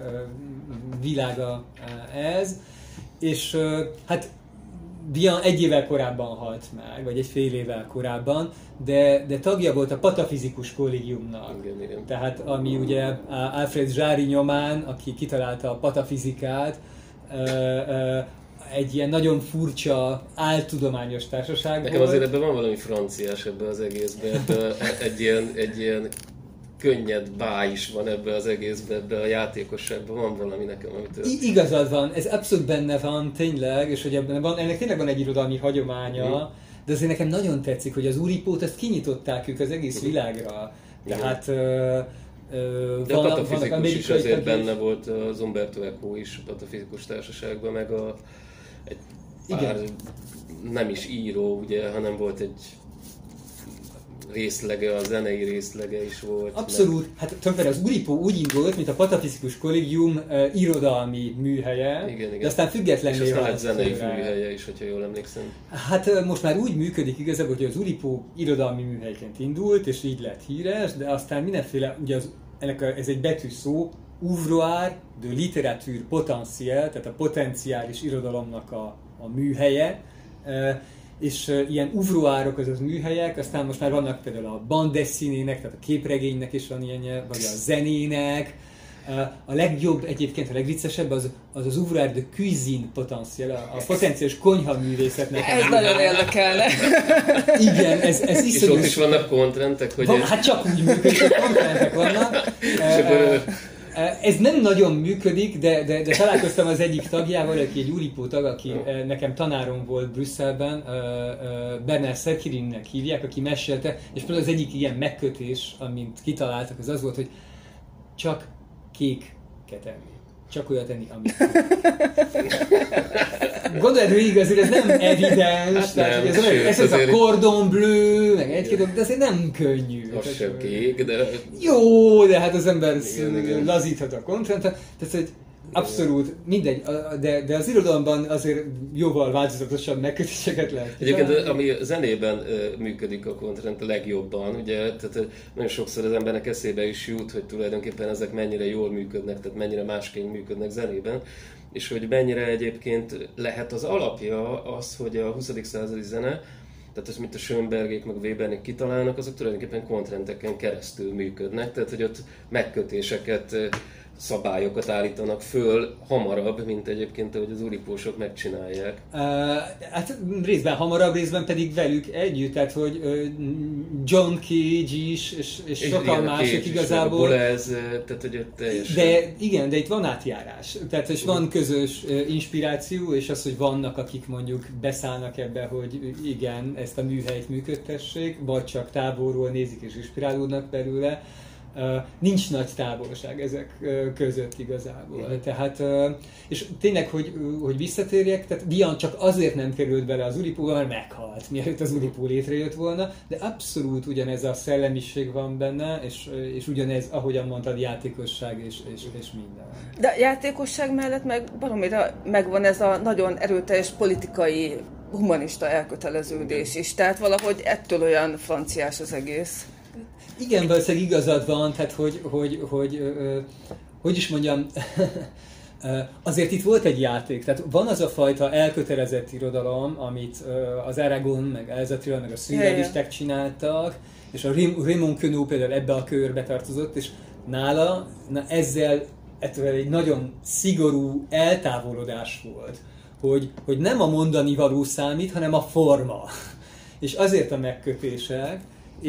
világa ez, és hát Vian 1 évvel korábban halt meg, vagy 1,5 évvel korábban, de tagja volt a patafizikus kollégiumnak. Igen. Tehát ami ugye Alfred Jarry nyomán, aki kitalálta a patafizikát, egy ilyen nagyon furcsa, áltudományos társaság Nekem volt. azért ebben van valami franciás ebben az egészben, egy ilyen könnyed bá is van ebbe az egészben, ebbe a játékosságban van valami nekem, amit... Igazad van, ez abszolút benne van, tényleg, és hogy ennek tényleg van egy irodalmi hagyománya, de azért nekem nagyon tetszik, hogy az Oulipót ezt kinyitották ők az egész világra. Tehát de a patafizikus is azért benne volt, az Umberto Eco is a patafizikus társaságban, meg egy pár nem is író, ugye, hanem volt egy részlege, a zenei részlege is volt. Abszolút. Hát többnyire az Oulipo úgy indult, mint a patafizikus kollégium irodalmi műhelye, igen. De aztán függetlenül és aztán zenei műhelye is, hogyha jól emlékszem. Hát most már úgy működik igazából, hogy az Oulipo irodalmi műhelyként indult, és így lett híres, de aztán mindenféle, ugye ez egy betűszó, ouvroir de littérature potentielle, tehát a potenciális irodalomnak a műhelye, és ilyen ouvroirok, azaz műhelyek, aztán most már vannak például a bande dessinének, tehát a képregénynek is van ilyenje, vagy a zenének. A legjobb, egyébként a legviccesebb az ouvroir de cuisine potentielle, a potenciális konyhaművészetnek. Ez nagyon érdekelne. Igen, ez is. És ott is vannak kontrendek, hogy... Hát csak úgy működik, hogy kontrendek vannak. Ez nem nagyon működik, de találkoztam az egyik tagjával, aki egy Oulipo tag, aki nekem tanárom volt Brüsszelben, Bernard Sekirinnek hívják, aki mesélte, és például az egyik ilyen megkötés, amint kitaláltak, az volt, hogy csak kék ketelni. csak olyat enni, amit gondolod, hogy igaz, ez nem evidens, hát tehát nem, ez a cordon bleu, meg egy-két, de azért nem könnyű. Az sem kék, de... Jó, de hát az ember lazíthat a kontentet, tehát hogy abszolút, mindegy, de az irodalomban azért jóval változatosabb megkötéseket lehet. Egyébként ami zenében működik a content a legjobban, ugye, tehát nagyon sokszor az embernek eszébe is jut, hogy tulajdonképpen ezek mennyire jól működnek, tehát mennyire másként működnek zenében, és hogy mennyire egyébként lehet az alapja az, hogy a 20. századi zene, tehát az, mint a Schönbergék meg a Webernék kitalálnak, azok tulajdonképpen kontrenteken keresztül működnek, tehát hogy ott megkötéseket, szabályokat állítanak föl hamarabb, mint egyébként, ahogy az ulipósok megcsinálják. Hát részben hamarabb, részben pedig velük együtt, tehát hogy John Cage is, és sokan mások igazából. Tehát hogy teljesen... De igen, de itt van átjárás. Tehát és van közös inspiráció, és az, hogy vannak, akik mondjuk beszállnak ebbe, hogy igen, ezt a műhelyt működtessék, vagy csak távolról nézik és inspirálódnak belőle. Nincs nagy távolság ezek között igazából. Tehát, és tényleg, hogy visszatérjek, tehát Dian csak azért nem került bele az Ulipóba, mert meghalt, mielőtt az Ulipó létrejött volna, de abszolút ugyanez a szellemiség van benne, és ugyanez, ahogyan mondtad, játékosság és minden. De a játékosság mellett meg baromira megvan ez a nagyon erőteljes politikai, humanista elköteleződés is, tehát valahogy ettől olyan franciás az egész. Igen, valószínűleg igazad van, tehát hogy is mondjam, azért itt volt egy játék, tehát van az a fajta elkötelezett irodalom, amit az Aragon, meg Elzatriel, meg a szürrealisták csináltak, és a Raymond Queneau például ebbe a körbe tartozott, és nála ezzel egy nagyon szigorú eltávolodás volt, hogy nem a mondani való számít, hanem a forma. És azért a megkötések,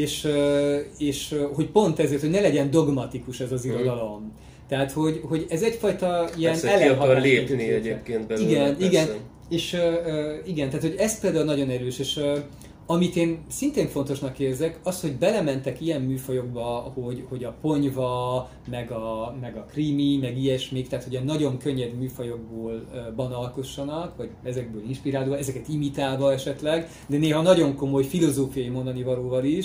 és hogy pont ezért, hogy ne legyen dogmatikus ez az irodalom. Tehát, hogy ez egyfajta ilyen ellenhatás. Ki akar lépni egyébként belőle. Igen, és igen, tehát, hogy ez például nagyon erős, és amit én szintén fontosnak érzek, az, hogy belementek ilyen műfajokba, hogy a ponyva, meg a krimi, meg ilyesmik, tehát hogy a nagyon könnyed műfajokból alkossanak, vagy ezekből inspirálva, ezeket imitálva esetleg, de néha nagyon komoly filozófiai mondani valóval is.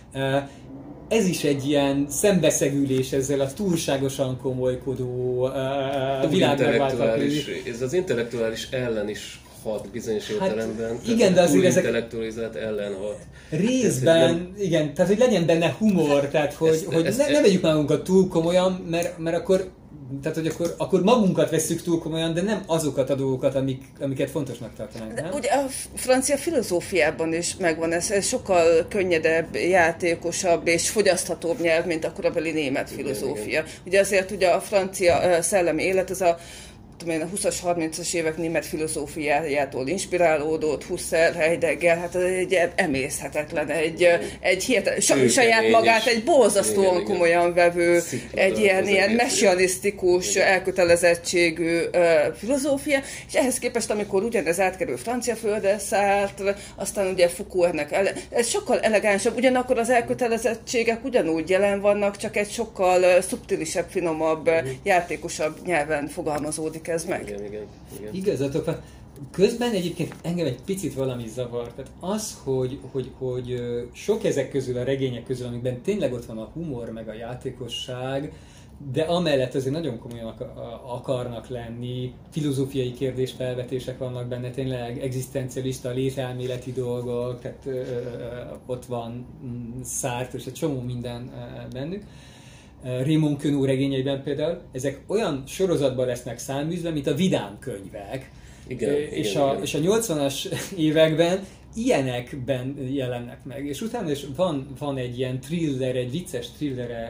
Ez is egy ilyen szembeszegülés ezzel a túlságosan komolykodó világmegváltatás. Ez az intellektuális ellen is hat bizonyos értelemben. Igen, de azért ezek... intellektualizált ellen hat. Részben, igen, tehát hogy legyen benne humor, tehát hogy ne vegyük magunkat túl komolyan, mert akkor, tehát hogy akkor magunkat vesszük túl komolyan, de nem azokat a dolgokat, amiket fontosnak tartanánk, nem? De ugye a francia filozófiában is megvan ez sokkal könnyedebb, játékosabb és fogyaszthatóbb nyelv, mint a korabeli német filozófia. Igen. Ugye azért ugye a francia szellemi élet, ez a 20-as, 30-as évek német filozófiájától inspirálódott, Husserl, Heidegger, hát ez egy emészhetetlen, egy hihetetlen, saját magát egy borzasztóan komolyan vevő, egy ilyen messianisztikus elkötelezettségű filozófia, és ehhez képest, amikor ugyanez átkerül francia földre szállt, aztán ugye Foucault ez sokkal elegánsabb, ugyanakkor az elkötelezettségek ugyanúgy jelen vannak, csak egy sokkal szubtilisebb, finomabb, játékosabb nyelven fogalmazódik ez meg. Igen. Igazatok van. Közben egyébként engem egy picit valami zavar. Tehát az, hogy sok ezek közül, a regények közül, amikben tényleg ott van a humor, meg a játékosság, de amellett azért nagyon komolyan akarnak lenni, filozófiai kérdésfelvetések vannak benne, tényleg egzisztencialista, lételméleti dolgok, tehát ott van Sartre, és egy csomó minden bennük. Raymond Queneau regényeiben például, ezek olyan sorozatban lesznek száműzve, mint a vidám könyvek. Igen. És a 80-as években ilyenekben jelennek meg. És utána is van egy ilyen thriller, egy vicces thrillere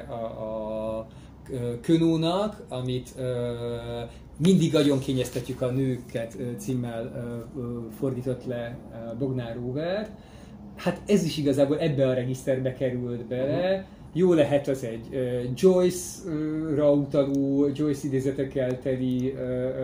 a Queneau-nak, amit mindig agyonкényeztetjük a nőket címmel fordított le Bognár Róbert. Hát ez is igazából ebbe a regiszterbe került bele. Jó lehet az egy Joyce-ra utaló, Joyce idézetekkel teli,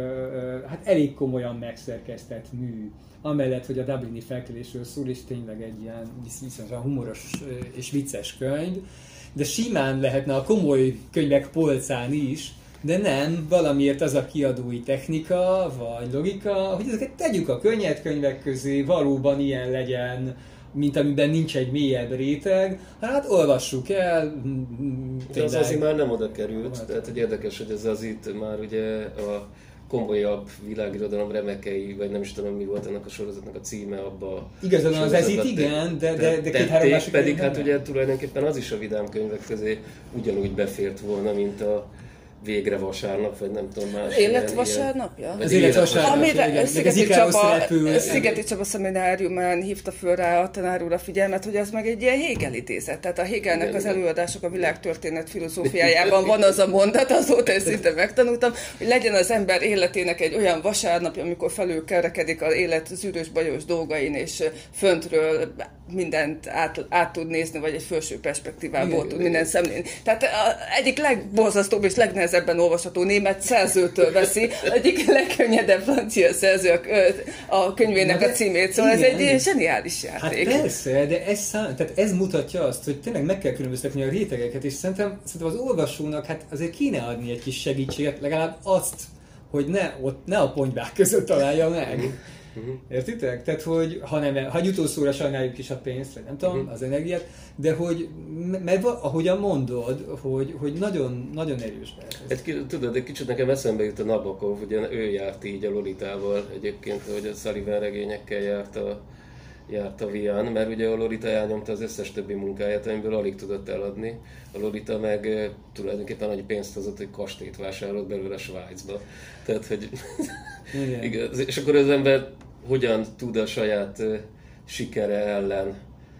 hát elég komolyan megszerkesztett mű. Amellett, hogy a dublini felkelésről szól, és tényleg egy ilyen viszonylag humoros és vicces könyv. De simán lehetne a komoly könyvek polcán is de nem, valamiért az a kiadói technika, vagy logika, hogy ezeket tegyük a könnyed könyvek közé, valóban ilyen legyen, mint amiben nincs egy mélyebb réteg, hát olvassuk el. De az azért már nem oda került, tehát hogy érdekes, hogy ez az itt már ugye a komolyabb világirodalom remekei, vagy nem is tudom mi volt ennek a sorozatnak a címe abba. Igazán az ez itt igen, de két-három másik pedig hát ugye tulajdonképpen az is a vidám könyvek közé ugyanúgy befért volna, mint a Végre vasárnap, vagy nem tudom más. Életvasárnapja? Az életvasárnap. Amire Szigeti Csaba szemináriumán hívta föl rá a tanár úr a figyelmet, hogy az meg egy ilyen Hegel idézet. Tehát a Hegelnek az előadások a világtörténet filozófiájában van az a mondat, azóta ezt szinte megtanultam, hogy legyen az ember életének egy olyan vasárnapja, amikor felülkerekedik az élet zűrös bajos dolgain, és föntről mindent át tud nézni, vagy egy felső perspektívából tud mindent szemlélni. Tehát egyik legborzasztóbb és legnehezebben olvasható német szerzőtől veszi, egyik legkönnyedebb francia szerző a könyvének a címét, szóval ez egy zseniális játék. Hát persze, de tehát ez mutatja azt, hogy tényleg meg kell különböztetni a rétegeket, és szerintem az olvasónak hát azért kéne adni egy kis segítséget, legalább azt, hogy ne a ponybák között találja meg. Értitek? Tehát, hogy ha utolsóra sajnáljuk is a pénzt, vagy nem tudom, az energiát, de hogy, mert ahogyan mondod, hogy nagyon, nagyon erős lehet. Tudod, egy kicsit nekem eszembe jut a Nabokov, ugye ő járt így a Lolitával egyébként, hogy a Sullivan regényekkel járt a Vian, mert ugye a Lolita elnyomta az összes többi munkáját, amiből alig tudott eladni. A Lolita meg tulajdonképpen annyi pénzt hozott, hogy kastélyt vásárolt belőle Svájcba. Tehát, hogy igaz. És akkor az ember hogyan tud a saját sikere ellen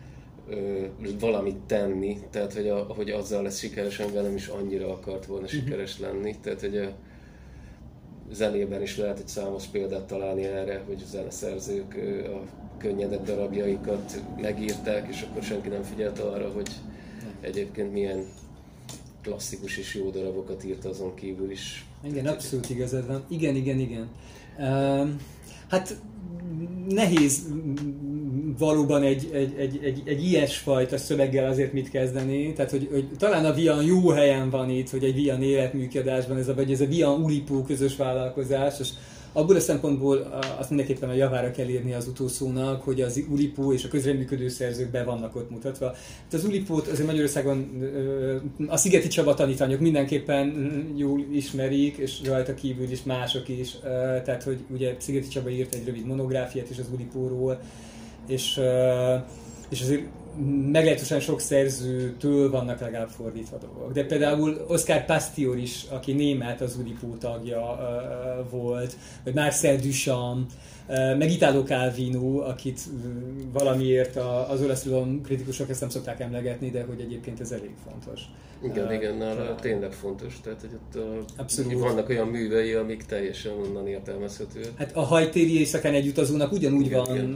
valamit tenni, tehát hogy azzal lesz sikeres, amivel nem is annyira akart volna sikeres lenni. Tehát, hogy a zenében is lehet egy számos példát találni erre, hogy a zeneszerzők a könnyedebb darabjaikat megírták, és akkor senki nem figyelt arra, hogy egyébként milyen klasszikus és jó darabokat írt azon kívül is. Igen, abszolút igazad van. Igen. Hát nehéz valóban egy ilyesfajta szöveggel azért mit kezdeni, tehát hogy talán a Vian jó helyen van itt, hogy egy Vian életműködásban ez a Vian Oulipo közös vállalkozás, és abból a szempontból azt mindenképpen a javára kell írni az utószónak, hogy az Oulipo és a közreműködő szerzők be vannak ott mutatva. Hát az Oulipót azért Magyarországon a Szigeti Csaba tanítványok mindenképpen jól ismerik, és rajta kívül is mások is. Tehát, hogy ugye Szigeti Csaba írt egy rövid monográfiát is az Oulipóról, és azért meglehetősen sok szerzőtől vannak legalább fordítva dolgok. De például Oscar Pastior is, aki német, az Oulipo tagja volt, vagy Marcel Duchamp, meg Italo Calvino, akit valamiért az olasz irodalom kritikusok ezt nem szokták emlegetni, de hogy egyébként ez elég fontos. Igen, nála tényleg fontos, tehát hogy ott vannak olyan művei, amik teljesen onnan értelmezhetőek. Hát a hajtéri éjszakán egy utazónak ugyanúgy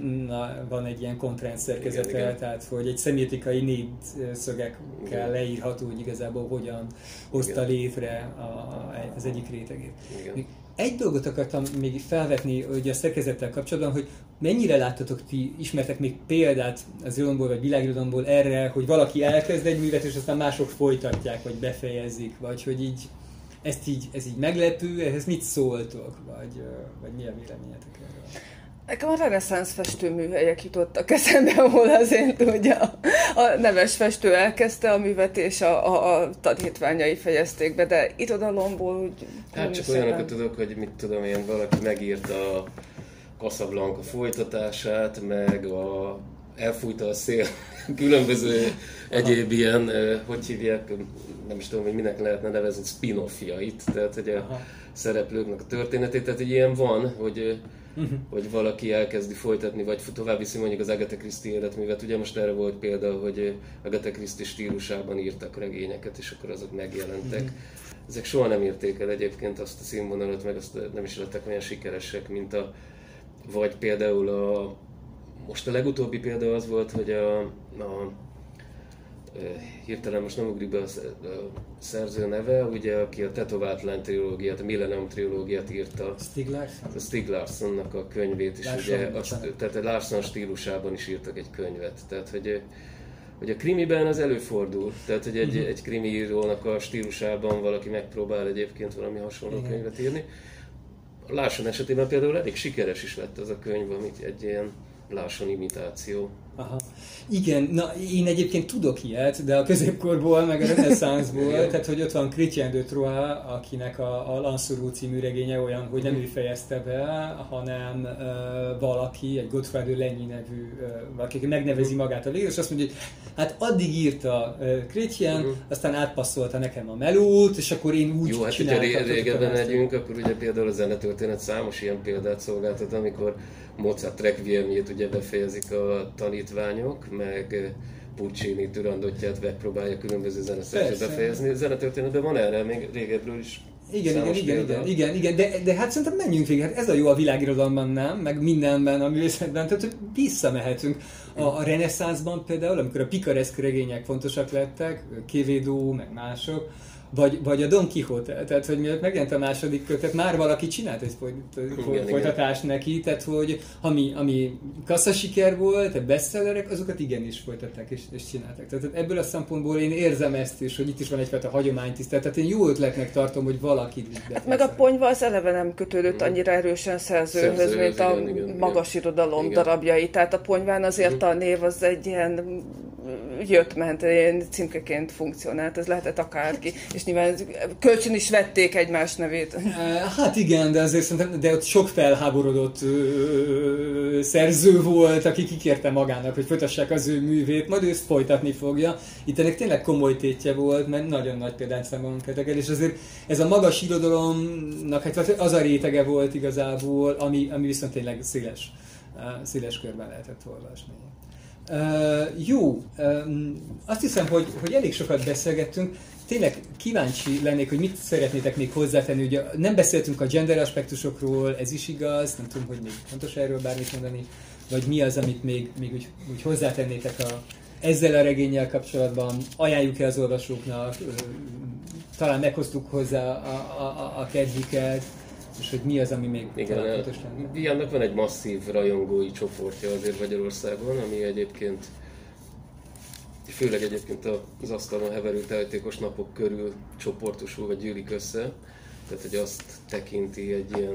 van egy ilyen kontrens szerkezete, tehát hogy egy szemiotikai négyszögekkel leírható, hogy igazából hogyan hozta létre az egyik rétegét. Egy dolgot akartam még felvetni hogy a szerkezettel kapcsolatban, hogy mennyire láttatok ti, ismertek még példát az irodalomból vagy világirodalomból erre, hogy valaki elkezd egy művet, és aztán mások folytatják, vagy befejezik, vagy hogy így, ez így meglepő, ehhez mit szóltok, vagy mi a véleményetek erről? Nekem a reneszánsz festőműhelyek jutottak eszembe, ahol azért ugye a neves festő elkezdte a művet, és a tanítványai fejezték be, de irodalomból úgy... Hát csak olyanokat tudok, hogy mit tudom én, valaki megírta a Casablanca folytatását, meg elfújta a szél különböző egyéb ilyen, hogy hívják, nem is tudom, hogy minek lehetne nevezni, spin-offjait, tehát hogy a szereplőknek a történetét, tehát egy ilyen van, hogy valaki elkezdi folytatni, vagy tovább viszi mondjuk az Agatha Christie életművet. Ugye most erre volt példa, hogy Agatha Christie stílusában írtak regényeket, és akkor azok megjelentek. Ezek soha nem érték el egyébként azt a színvonalat, meg azt nem is lettek olyan sikeresek, mint vagy például most a legutóbbi példa az volt, hogy hirtelen most nem ugrik be a szerző neve, ugye, aki a Tetovált lány trilógiát, a Millennium trilógiát írta. Stieg Larssonnak a könyvét is, ugye, tehát a Larsson stílusában is írtak egy könyvet. Tehát, hogy hogy a krimiben az előfordul, tehát hogy egy krimi írónak a stílusában valaki megpróbál egyébként valami hasonló könyvet írni. A Larson esetében például elég sikeres is lett az a könyv, amit egy ilyen Larson imitáció. Aha. Igen, na én egyébként tudok ilyet, de a középkorból, meg a reneszánszból, tehát hogy ott van Chrétien de Troyes, akinek a Lancelot című regénye olyan, hogy nem ő fejezte be, hanem valaki, egy Godfrey de Lagny nevű, valaki megnevezi magát a végre, és azt mondja, hogy hát addig írta Chrétien, aztán átpasszolta nekem a melót, és akkor én úgy csináltam. Jó, hát hogyha régebben megyünk, akkor ugye például a zenetörténet számos ilyen példát szolgáltat, amikor Mozart requiemjét ugye befejezik a tanítványok, meg Puccini Turandotját megpróbálja különböző zeneszerzőt befejezni. A zenetörténetben van erre még régebbről is. Igen, de hát szerintem menjünk végig. Hát ez a jó a világirodalomban, nem? Meg mindenben, a művészetben, tehát hogy visszamehetünk. A reneszánszban például, amikor a pikareszk regények fontosak lettek, Quevedo, meg mások, vagy a Don Quixote, tehát hogy mielőtt megjelent a második kötet, már valaki csinált egy folytatást neki, tehát hogy ami kasszasiker volt, a bestsellerek, azokat igenis folytatták és csinálták. Tehát ebből a szempontból én érzem ezt is, hogy itt is van egyfajta hagyománytisztelet, tehát én jó ötletnek tartom, hogy valaki... Hát meg a ponyva az eleve nem kötődött annyira erősen szerzőhöz, mint a magas irodalom darabjai, tehát a ponyván azért a név az egy ilyen jött-ment, ilyen címkeként funkcionált, ez lehetett akárki, és nyilván kölcsön is vették egymás nevét. Hát igen, de azért szerintem, de ott sok felháborodott szerző volt, aki kikérte magának, hogy folytassák az ő művét, majd ő ezt folytatni fogja. Itt ennek tényleg komoly tétje volt, mert nagyon nagy példányszámban kezdtek el, és azért ez a magas irodalomnak hát az a rétege volt igazából, ami viszont tényleg széles körben lehetett olvasni. Azt hiszem, hogy elég sokat beszélgettünk. Tényleg kíváncsi lennék, hogy mit szeretnétek még hozzátenni. Ugye nem beszéltünk a gender aspektusokról, ez is igaz, nem tudom, hogy még fontos erről bármit mondani, vagy mi az, amit még úgy hozzátennétek ezzel a regénnyel kapcsolatban, ajánljuk-e az olvasóknak, talán meghoztuk hozzá a kedvüket, és hogy mi az, ami még fontos lenne. Viannak van egy masszív rajongói csoportja azért Magyarországon, ami egyébként, főleg egyébként az asztalon heverő teltékos napok körül csoportosul vagy gyűlik össze. Tehát, hogy azt tekinti egy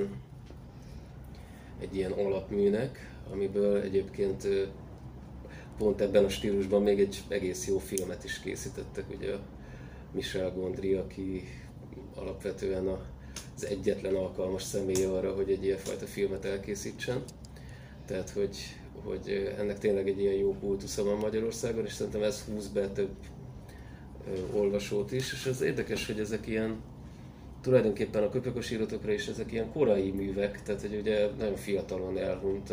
ilyen alapműnek, amiből egyébként pont ebben a stílusban még egy egész jó filmet is készítettek. Ugye Michel Gondry, aki alapvetően az egyetlen alkalmas személy arra, hogy egy ilyenfajta filmet elkészítsen. Tehát, hogy ennek tényleg egy ilyen jó kultusza van Magyarországon, és szerintem ez húz be több olvasót is, és ez érdekes, hogy ezek ilyen, tulajdonképpen a köpökös írótokra is ezek ilyen korai művek, tehát hogy ugye nagyon fiatalon elhunyt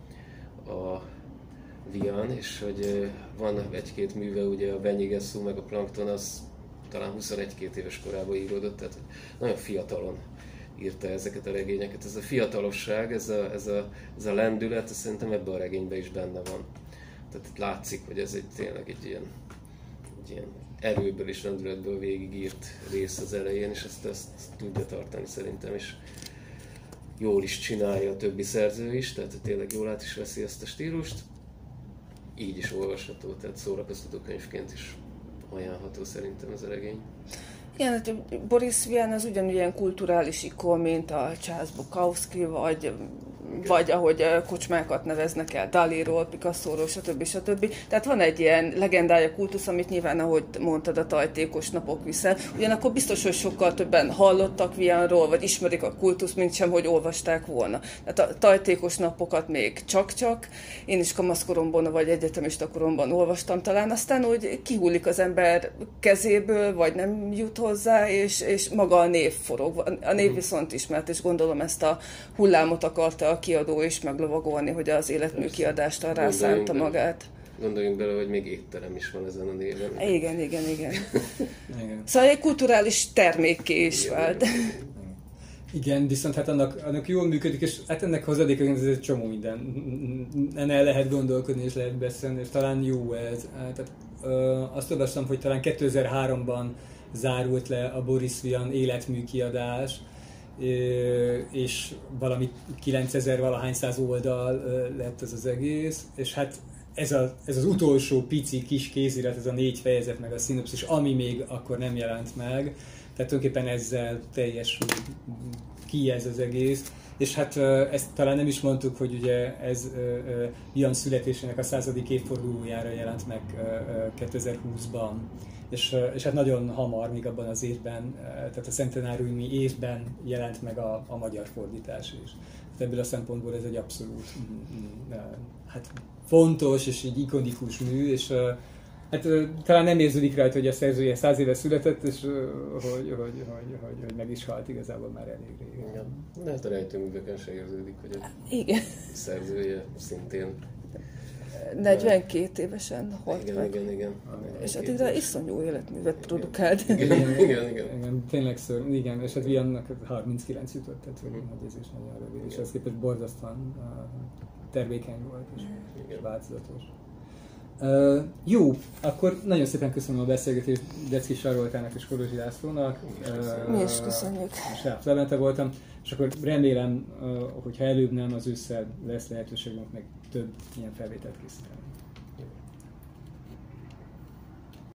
a Vian, és hogy van egy-két műve, ugye a Benyigesszú meg a Plankton, az talán 21-22 éves korában íródott, tehát nagyon fiatalon írta ezeket a regényeket. Ez a fiatalosság, ez a lendület, ez szerintem ebben a regényben is benne van. Tehát itt látszik, hogy ez tényleg egy ilyen erőből és lendületből végigírt rész az elején, és ezt tudja tartani szerintem, és jól is csinálja a többi szerző is, tehát tényleg jól át is veszi ezt a stílust. Így is olvasható, tehát szórakoztató könyvként is ajánlható szerintem ez a regény. Igen, hát Boris Vian az ugyanilyen kulturális ikon, mint a Charles Bukowski, vagy ahogy kocsmákat neveznek el, Daliról, Picasso-ról, stb. Tehát van egy ilyen legendája, kultusz, amit nyilván, ahogy mondtad, a tajtékos napok viszel. Ugyanakkor biztos, hogy sokkal többen hallottak Vianról, vagy ismerik a kultuszt, mint sem, hogy olvasták volna. Tehát a tajtékos napokat még csak-csak. Én is kamaszkoromban, vagy egyetemista koromban olvastam talán, aztán úgy kihullik az ember kezéből, vagy nem jut hozzá, és maga a név forog. A név viszont ismert, és gondolom ezt a hullámot akarta a kiadó is meglovagolni, hogy az életmű kiadást arra szánta magát. Gondoljunk bele, hogy még étterem is van ezen a néven. Igen. Szóval egy kulturális termékké is vált. Igen, viszont hát annak jól működik, és hát ennek hozadékaként ez egy csomó minden. El lehet gondolkodni, és lehet beszélni, és talán jó ez. Tehát, azt olvastam, hogy talán 2003-ban zárult le a Boris Vian életmű kiadás, és valami 9000 valahány száz oldal lett ez az egész, és hát ez az utolsó pici kis kézirat, ez a 4 fejezet meg a szinopszis, ami még akkor nem jelent meg. Tehát tulajdonképpen ezzel teljesül ki ez az egész. És hát ezt talán nem is mondtuk, hogy ugye ez Jan születésének a 100. évfordulójára jelent meg 2020-ban. És hát nagyon hamar, még abban az évben, tehát a centenáriumi évben jelent meg a magyar fordítás is. Tehát ebből a szempontból ez egy abszolút hát fontos és egy ikonikus mű, és hát talán nem érződik rajta, hogy a szerzője 100 éve született, és hogy meg is halt igazából már elég régen. Igen. De hát a rejtőműveken se érződik, hogy a Igen. szerzője szintén 42 évesen halt meg. Igen. És addigra iszonyú életművet produkált. Igen. Tényleg igen, és hát Viannak 39 jutott, tehát hogy ez is nagyon rövid, és az képest borzasztóan termékeny volt, és változatos. Jó, akkor nagyon szépen köszönöm a beszélgetést Decki Saroltának és Kolozsi Lászlónak. Mi is köszönjük. Sáv Levente voltam, és akkor remélem, hogyha előbb nem, az ősszel lesz lehetőségünk meg több ilyen felvételt készíteni.